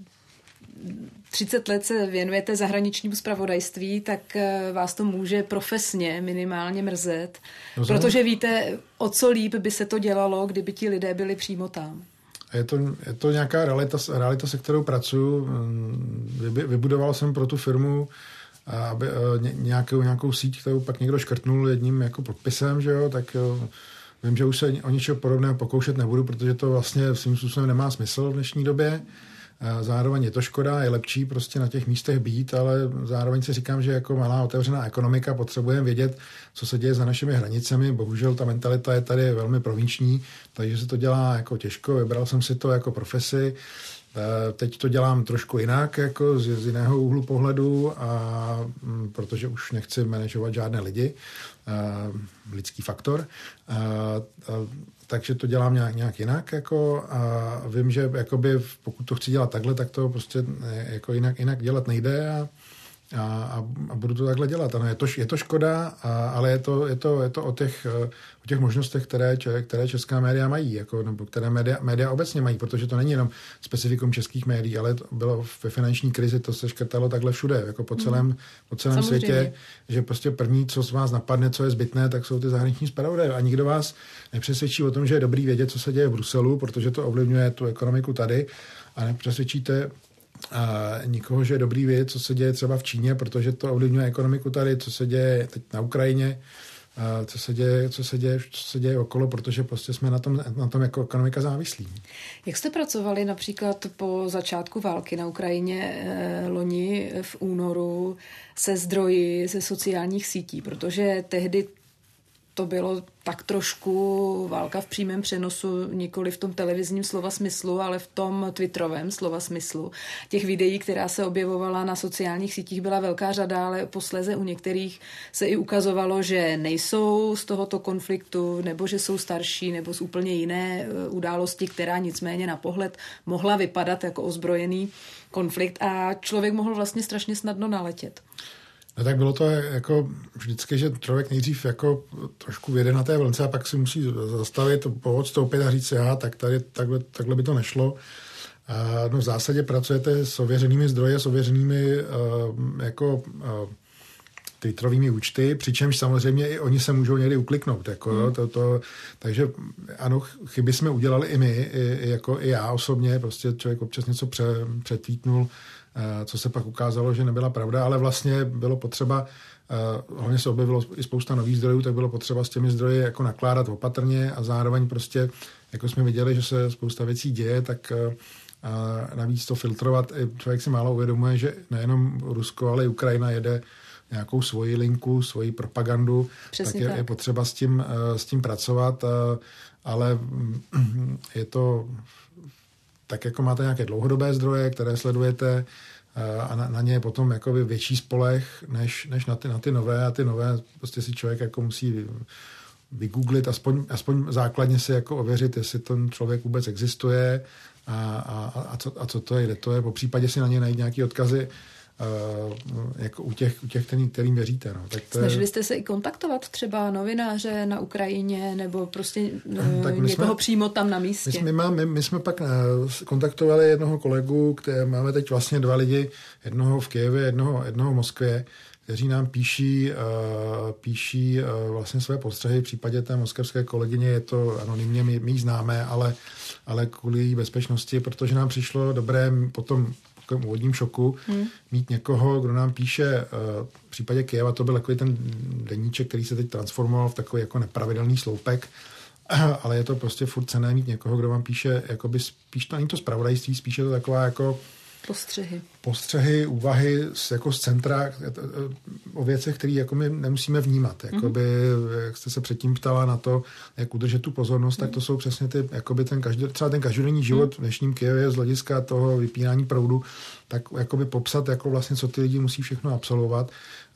třicet let se věnujete zahraničnímu zpravodajství, tak eh, vás to může profesně minimálně mrzet, no, protože víte, o co líp by se to dělalo, kdyby ti lidé byli přímo tam. Je to, je to nějaká realita, realita, se kterou pracuji. Vybudoval jsem pro tu firmu aby nějakou, nějakou síť, kterou pak někdo škrtnul jedním jako podpisem, že jo, tak jo, vím, že už se o něčeho podobného pokoušet nebudu, protože to vlastně svým způsobem nemá smysl v dnešní době. Zároveň je to škoda, je lepší prostě na těch místech být, ale zároveň si říkám, že jako malá otevřená ekonomika potřebujeme vědět, co se děje za našimi hranicemi. Bohužel ta mentalita je tady velmi provinční, takže se to dělá jako těžko. Vybral jsem si to jako profesi. Teď to dělám trošku jinak, jako z, z jiného úhlu pohledu, a, m, protože už nechci manažovat žádné lidi, a, lidský faktor, a, a, takže to dělám nějak, nějak jinak, jako, a vím, že jakoby, pokud to chci dělat takhle, tak to prostě jako jinak, jinak dělat nejde a, a, a, a budu to takhle dělat. Ano, je to, je to škoda, a, ale je to, je to, je to o, těch, o těch možnostech, které, které česká média mají, jako, nebo které média, média obecně mají, protože to není jenom specifikum českých médií, ale to bylo ve finanční krizi, to se škrtalo takhle všude, jako po celém, mm. po celém světě, že prostě první, co z vás napadne, co je zbytné, tak jsou ty zahraniční zpravodaje a nikdo vás nepřesvědčí o tom, že je dobrý vědět, co se děje v Bruselu, protože to ovlivňuje tu ekonomiku tady a nepřesvědčíte a nikoho, že je dobrý vědět, co se děje třeba v Číně, protože to ovlivňuje ekonomiku tady, co se děje teď na Ukrajině, a co se děje, co se děje, co se děje okolo, protože prostě jsme na tom, na tom jako ekonomika závislí. Jak jste pracovali například po začátku války na Ukrajině eh, loni v únoru se zdroji ze sociálních sítí, protože tehdy to bylo tak trošku válka v přímém přenosu, nikoli v tom televizním slova smyslu, ale v tom twitterovém slova smyslu. Těch videí, která se objevovala na sociálních sítích, byla velká řada, ale posléze u některých se i ukazovalo, že nejsou z tohoto konfliktu, nebo že jsou starší, nebo z úplně jiné události, která nicméně na pohled mohla vypadat jako ozbrojený konflikt a člověk mohl vlastně strašně snadno naletět. No tak bylo to jako vždycky, že člověk nejdřív jako trošku vyjede na té vlnce a pak si musí zastavit, odstoupit a říct si, aha, tak tady, takhle, takhle by to nešlo. A no v zásadě pracujete s ověřenými zdroji, s ověřenými uh, jako uh, twitterovými účty, přičemž samozřejmě i oni se můžou někdy ukliknout. Jako, hmm. to, to, takže ano, chyby jsme udělali i my, i, jako i já osobně, prostě člověk občas něco pře, přetweetnul, co se pak ukázalo, že nebyla pravda, ale vlastně bylo potřeba, hlavně se objevilo i spousta nových zdrojů, tak bylo potřeba s těmi zdroji jako nakládat opatrně a zároveň prostě, jako jsme viděli, že se spousta věcí děje, tak a navíc to filtrovat. Člověk si málo uvědomuje, že nejenom Rusko, ale i Ukrajina jede nějakou svoji linku, svoji propagandu, tak je, tak je potřeba s tím, s tím pracovat, ale je to tak jako máte nějaké dlouhodobé zdroje, které sledujete a na, na ně je potom jakoby větší spoleh, než, než na, ty, na ty nové a ty nové prostě si člověk jako musí vygooglit, aspoň, aspoň základně si jako ověřit, jestli ten člověk vůbec existuje a, a, a, co, a co to je, kde to je, po případě si na ně najít nějaké odkazy, Uh, jako u těch, u těch kterým, kterým věříte. No. Tak to Snažili je... jste se i kontaktovat třeba novináře na Ukrajině nebo prostě tak někoho jsme, přímo tam na místě? My jsme, my, máme, my jsme pak uh, kontaktovali jednoho kolegu, které máme teď vlastně dva lidi, jednoho v Kyjevě, jednoho, jednoho v Moskvě, kteří nám píší, uh, píší uh, vlastně své postřehy. V případě té moskevské kolegyně je to anonymně, my, my ji známe, ale, ale kvůli její bezpečnosti, protože nám přišlo dobré potom v úvodním šoku hmm. mít někoho, kdo nám píše, uh, v případě Kyjeva to byl takový ten deníček, který se teď transformoval v takový jako nepravidelný sloupek, ale je to prostě furt cenné mít někoho, kdo vám píše, jakoby spíš to není to zpravodajství, spíš je to taková jako Postřehy. Postřehy, úvahy z, jako z centra o věcech, které jako my nemusíme vnímat. Jakoby, mm-hmm. jak jste se předtím ptala na to, jak udržet tu pozornost, mm-hmm. tak to jsou přesně ty, jakoby ten každý, třeba ten každodenní život mm-hmm. v dnešním Kyjevě z hlediska toho vypínání proudu, tak jakoby popsat, jako vlastně, co ty lidi musí všechno absolvovat.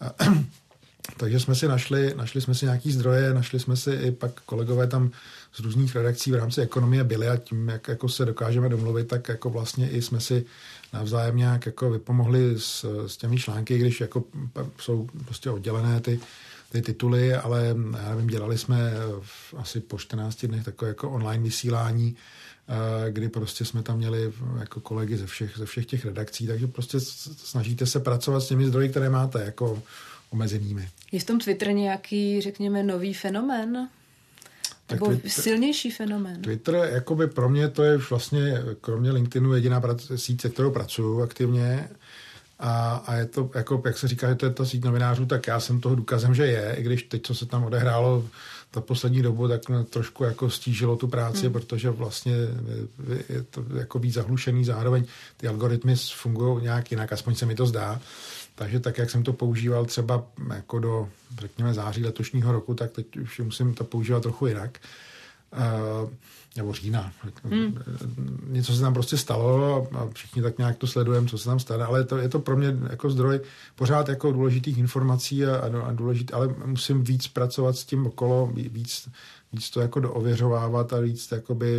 Takže jsme si našli, našli jsme si nějaký zdroje, našli jsme si i pak kolegové tam z různých redakcí v rámci ekonomie byli a tím, jak jako se dokážeme domluvit, tak jako vlastně i jsme si navzájem nějak jako vypomohli s, s těmi články, když jako jsou prostě oddělené ty, ty tituly, ale já nevím, dělali jsme v, asi po čtrnácti dnech takové jako online vysílání, kdy prostě jsme tam měli jako kolegy ze všech, ze všech těch redakcí, takže prostě snažíte se pracovat s těmi zdroji, které máte jako omezenými. Je v tom Twitter nějaký, řekněme, nový fenomén? Nebo Twitter, silnější fenomén? Twitter, jakoby pro mě to je vlastně, kromě LinkedInu, jediná síť, se kterou pracuju aktivně. A, a je to, jako, jak se říká, že to je ta síť novinářů, tak já jsem toho důkazem, že je, i když teď, co se tam odehrálo ta poslední dobu, tak trošku jako stížilo tu práci, hmm. protože vlastně je to jako víc zahlušený, zároveň ty algoritmy fungují nějak jinak, aspoň se mi to zdá. Takže tak, jak jsem to používal třeba jako do, řekněme, září letošního roku, tak teď už musím to používat trochu jinak. Uh, nebo října. Hmm. Něco se tam prostě stalo a všichni tak nějak to sledujeme, co se tam stane, ale to, je to pro mě jako zdroj pořád jako důležitých informací a, a důležitý, ale musím víc pracovat s tím okolo, víc, víc to jako doověřovávat a víc jakoby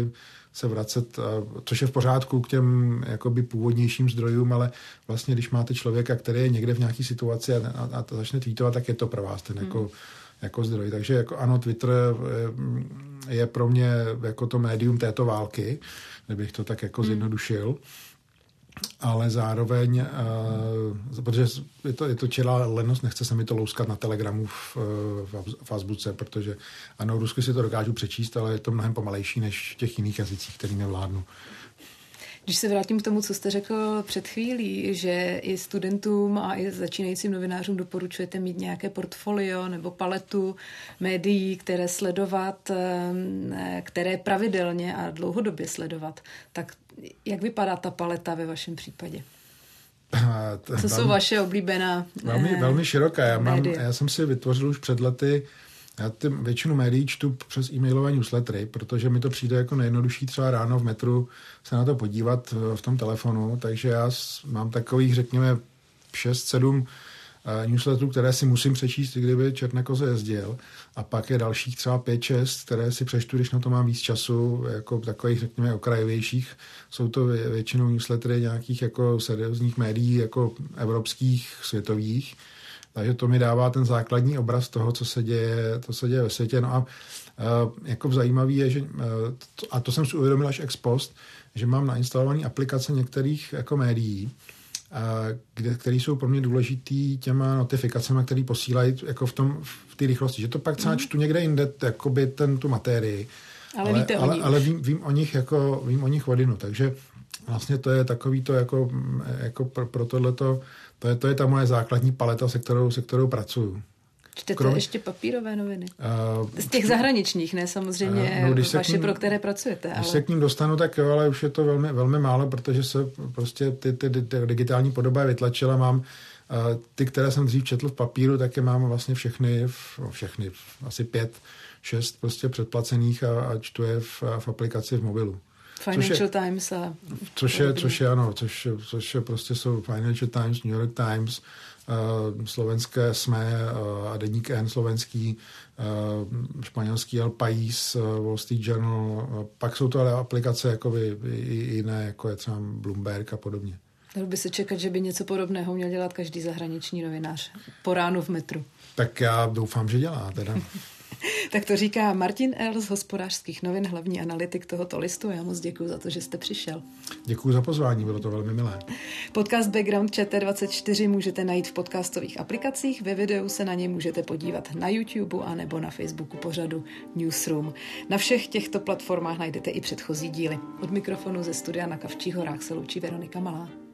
se vracet, což je v pořádku k těm jakoby původnějším zdrojům, ale vlastně, když máte člověka, který je někde v nějaké situaci a, a, a začne tweetovat, tak je to pro vás ten jako, hmm. jako zdroj. Takže jako ano, Twitter je, je pro mě jako to médium této války, kdybych to tak jako hmm. zjednodušil. Ale zároveň, uh, protože je to, je to čelá lenost, nechce se mi to louskat na Telegramu v, v, v Azbuce, protože ano, rusky si to dokážu přečíst, ale je to mnohem pomalejší než v těch jiných jazycích, kterým nevládnu. Když se vrátím k tomu, co jste řekl před chvílí, že i studentům a i začínajícím novinářům doporučujete mít nějaké portfolio nebo paletu médií, které sledovat, které pravidelně a dlouhodobě sledovat, tak jak vypadá ta paleta ve vašem případě? Co velmi, jsou vaše oblíbená velmi, velmi široká. Já, mám, já jsem si vytvořil už před lety, já ty většinu médií čtu přes e-mailové newslettery, protože mi to přijde jako nejjednodušší třeba ráno v metru se na to podívat v tom telefonu, takže já mám takových, řekněme, šest sedm newsletterů, které si musím přečíst, kdyby čert na koze jezdil. A pak je dalších třeba pět šest, které si přečtu, když na to mám víc času, jako takových, řekněme, okrajovějších. Jsou to většinou newslettery nějakých jako seriózních médií, jako evropských, světových. Takže to mi dává ten základní obraz toho, co se děje, to se děje ve světě. No a jako zajímavý je, že, a to jsem si uvědomil až ex post, že mám nainstalované aplikace některých jako médií, kde, které jsou pro mě důležitý těma notifikacemi, které posílají jako v tom v té rychlosti. Že to pak třeba čtu někde jinde, jakoby ten, tu materii. Ale, ale, víte ale, o ale vím, vím o nich jako, vím o nich hodinu. Takže vlastně to je takový to jako, jako pro, pro tohleto, to je, to je ta moje základní paleta, se kterou, se kterou pracuju. Čtete Krom... ještě papírové noviny? Uh, Z těch zahraničních, ne samozřejmě uh, no, vaše, ním, pro které pracujete. Když ale... se k ním dostanu, tak jo, ale už je to velmi, velmi málo, protože se prostě ty, ty, ty, ty digitální podoba vytlačila. Mám uh, ty, které jsem dřív četl v papíru, tak je mám vlastně všechny, v, všechny asi pět, šest prostě předplacených a, a čtu je v, v aplikaci v mobilu. Financial je, Times a... Což je, což je, ano, což, což je prostě jsou Financial Times, New York Times, uh, slovenské es em e uh, a Deník N slovenský, uh, španělský El País, uh, Wall Street Journal, uh, pak jsou to ale aplikace jako by, i jiné, jako je třeba Bloomberg a podobně. Dalo by se čekat, že by něco podobného měl dělat každý zahraniční novinář po ránu v metru. Tak já doufám, že dělá teda. Tak to říká Martin L. z Hospodářských novin, hlavní analytik tohoto listu. Já moc děkuji za to, že jste přišel. Děkuji za pozvání, bylo to velmi milé. Podcast Background Č T dvacet čtyři můžete najít v podcastových aplikacích, ve videu se na ně můžete podívat na YouTube a nebo na Facebooku pořadu Newsroom. Na všech těchto platformách najdete i předchozí díly. Od mikrofonu ze studia na Kavčích horách se loučí Veronika Malá.